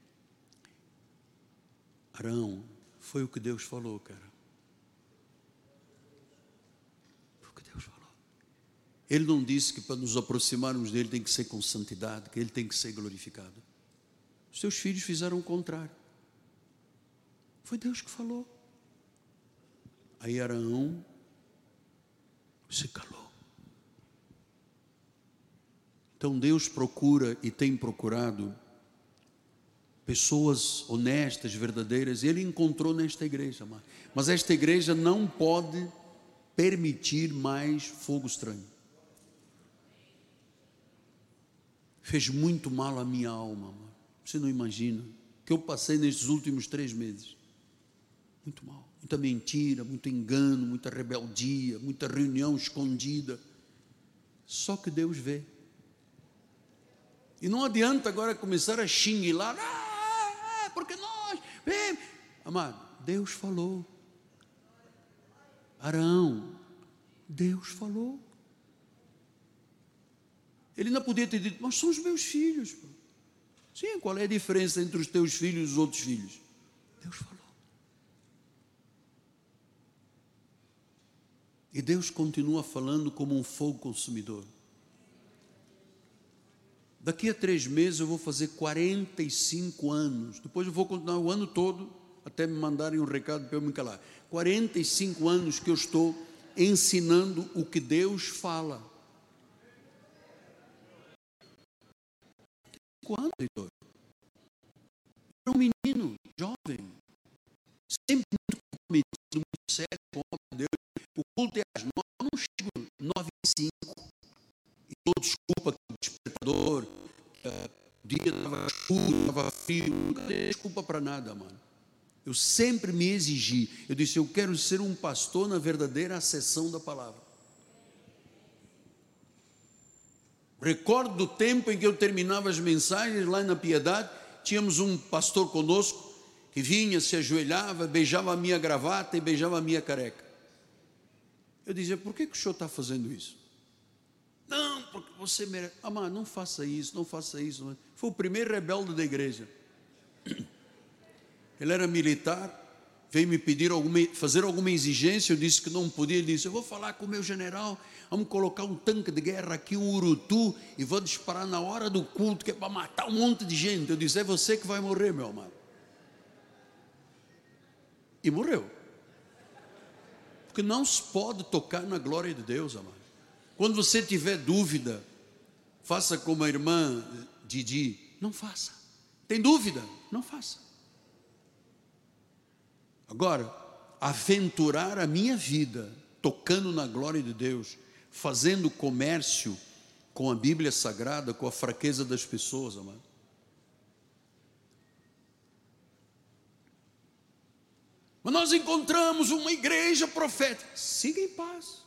Arão, foi o que Deus falou, cara. Foi o que Deus falou. Ele não disse que para nos aproximarmos dele tem que ser com santidade, que ele tem que ser glorificado. Os seus filhos fizeram o contrário. Foi Deus que falou. Aí Arão se calou. Então Deus procura e tem procurado pessoas honestas, verdadeiras, e Ele encontrou nesta igreja, mas esta igreja não pode permitir mais fogo estranho. Fez muito mal à minha alma, você não imagina o que eu passei nestes últimos três meses. Muito mal, muita mentira, muito engano, muita rebeldia, muita reunião escondida. Só que Deus vê. E não adianta agora começar a xinguilar, ah, porque nós, vem. Amado, Deus falou. Arão, Deus falou. Ele não podia ter dito, mas são os meus filhos. Sim, qual é a diferença entre os teus filhos e os outros filhos? Deus falou. E Deus continua falando como um fogo consumidor. Daqui a três meses eu vou fazer quarenta e cinco anos. Depois eu vou continuar o ano todo, até me mandarem um recado para eu me calar. quarenta e cinco anos que eu estou ensinando o que Deus fala. cinco anos, doutor. Eu era um menino, jovem, sempre muito comprometido, muito sério com a obra de Deus. O culto é às nove, eu não chego nove e cinco. E todo desculpa que o despertador, uh, o dia estava escuro, estava frio, nunca dei desculpa para nada, mano. Eu sempre me exigi, eu disse, eu quero ser um pastor na verdadeira acessão da palavra. Recordo do tempo em que eu terminava as mensagens lá na Piedade, tínhamos um pastor conosco, que vinha, se ajoelhava, beijava a minha gravata e beijava a minha careca. Eu dizia, por que, que o senhor está fazendo isso? Não, porque você merece. Ah, mas não faça isso, não faça isso. Foi o primeiro rebelde da igreja. Ele era militar, veio me pedir alguma, fazer alguma exigência, eu disse que não podia. Ele disse, eu vou falar com o meu general, vamos colocar um tanque de guerra aqui, um urutu, e vou disparar na hora do culto, que é para matar um monte de gente. Eu disse, é você que vai morrer, meu amado. E morreu. Porque não se pode tocar na glória de Deus, amado. Quando você tiver dúvida, faça como a irmã Didi, não faça. Tem dúvida? Não faça. Agora, aventurar a minha vida, tocando na glória de Deus, fazendo comércio com a Bíblia Sagrada, com a fraqueza das pessoas, amado. Mas nós encontramos uma igreja profética. Siga em paz.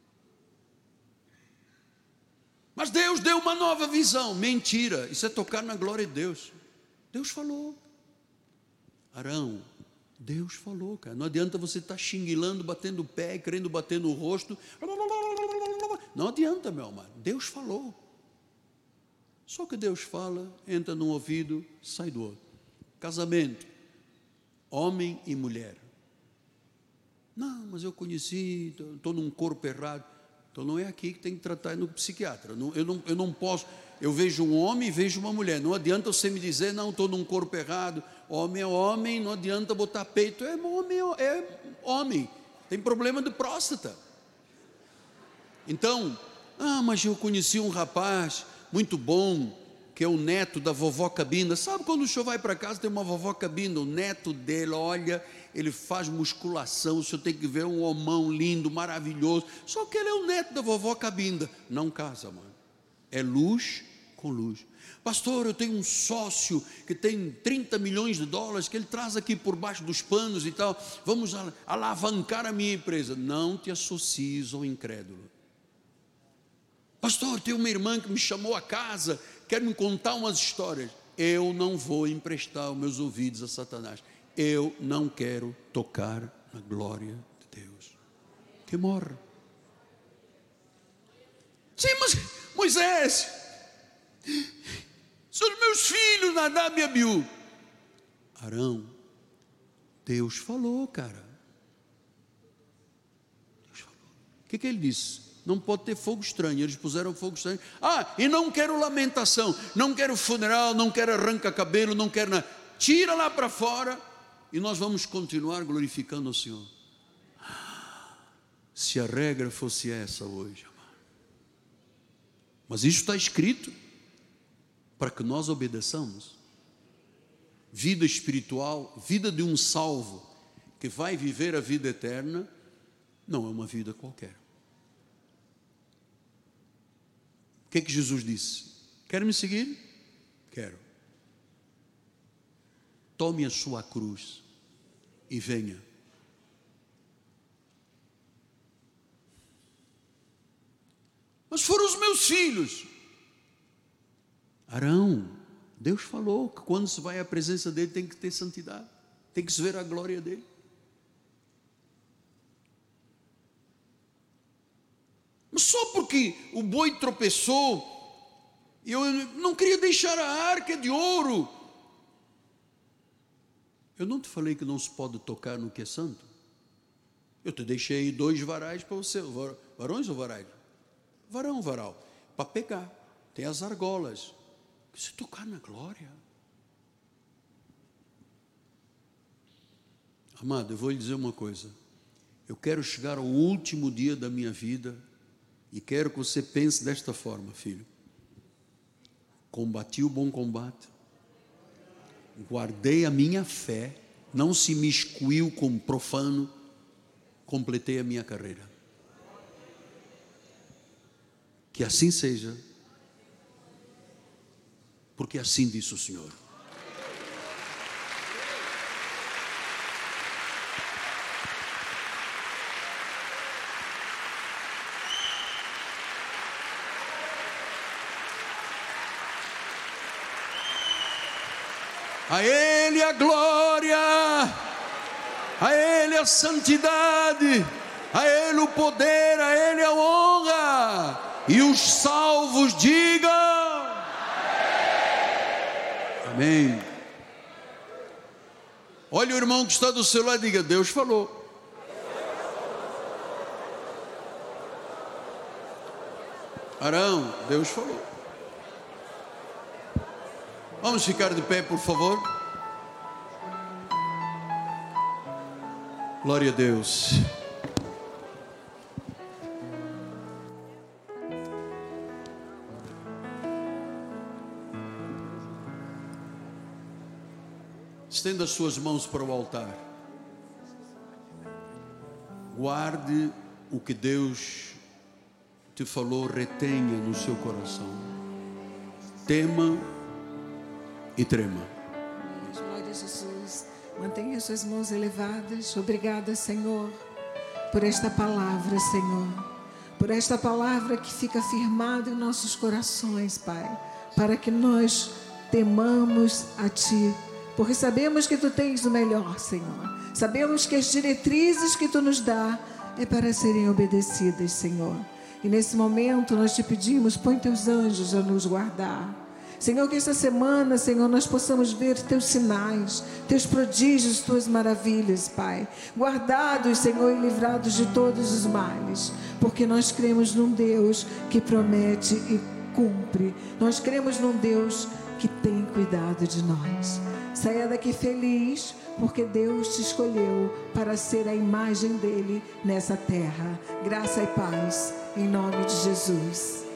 Mas Deus deu uma nova visão. Mentira, isso é tocar na glória de Deus. Deus falou. Arão, Deus falou, cara. Não adianta você estar xinguilando, batendo o pé, querendo bater no rosto. Não adianta, meu amado. Deus falou. Só que Deus fala, entra num ouvido, sai do outro. Casamento, homem e mulher. Não, mas eu conheci, estou num corpo errado. Então não é aqui que tem que tratar, é no psiquiatra. Não, eu, não, eu não posso, eu vejo um homem e vejo uma mulher. Não adianta você me dizer, não, estou num corpo errado. Homem é homem, não adianta botar peito. É homem, é homem. Tem problema de próstata. Então, ah, mas eu conheci um rapaz muito bom, que é o neto da vovó Cabinda. Sabe quando o senhor vai para casa, tem uma vovó Cabinda, o neto dele, olha, ele faz musculação, o senhor tem que ver um homão lindo, maravilhoso, só que ele é o neto da vovó Cabinda. Não casa, mano. É luz com luz. Pastor, eu tenho um sócio que tem trinta milhões de dólares, que ele traz aqui por baixo dos panos e tal, vamos alavancar a minha empresa. Não te associes ao incrédulo. Pastor, tem uma irmã que me chamou a casa, quer me contar umas histórias. eu não vou emprestar os meus ouvidos a Satanás. Eu não quero tocar na glória de Deus. Que morre. Sim, mas Moisés, são os meus filhos, Nadab e Abiú. Arão, Deus falou, cara. Deus falou. O que, que ele disse? Não pode ter fogo estranho. Eles puseram fogo estranho. Ah, e não quero lamentação, não quero funeral, não quero arranca-cabelo, não quero nada. Tira lá para fora e nós vamos continuar glorificando o Senhor. Se a regra fosse essa hoje, amado. Mas isso está escrito para que nós obedeçamos. Vida espiritual, vida de um salvo que vai viver a vida eterna, não é uma vida qualquer. O que é que Jesus disse? Quer me seguir? Quero. Tome a sua cruz e venha. Mas foram os meus filhos. Arão, Deus falou que quando se vai à presença dele tem que ter santidade, tem que se ver a glória dele. Mas só porque o boi tropeçou, eu não queria deixar a arca de ouro. Eu não te falei que não se pode tocar no que é santo? Eu te deixei dois varais para você, varões ou varais? Varão, varal, para pegar. Tem as argolas. Se tocar na glória. Amado, eu vou lhe dizer uma coisa. Eu quero chegar ao último dia da minha vida e quero que você pense desta forma, filho. Combati o bom combate, guardei a minha fé, não se miscuiu como profano, completei a minha carreira. Que assim seja, porque assim disse o Senhor. A Ele a glória, a Ele a santidade, a Ele o poder, a Ele a honra. E os salvos digam amém. Olha o irmão que está do seu lado e diga: Deus falou. Arão, Deus falou. Vamos ficar de pé, por favor. Glória a Deus. Estenda as suas mãos para o altar. Guarde o que Deus te falou, retenha no seu coração. Tema e trema. Glória a Jesus. Mantenha as suas mãos elevadas. Obrigada, Senhor, por esta palavra, Senhor. Por esta palavra que fica firmada em nossos corações, Pai. Para que nós temamos a Ti. Porque sabemos que Tu tens o melhor, Senhor. Sabemos que as diretrizes que Tu nos dá é para serem obedecidas, Senhor. E nesse momento nós Te pedimos, põe Teus anjos a nos guardar. Senhor, que esta semana, Senhor, nós possamos ver Teus sinais, Teus prodígios, Tuas maravilhas, Pai. Guardados, Senhor, e livrados de todos os males. Porque nós cremos num Deus que promete e cumpre. Nós cremos num Deus que tem cuidado de nós. Saia daqui feliz, porque Deus te escolheu para ser a imagem dele nessa terra. Graça e paz, em nome de Jesus.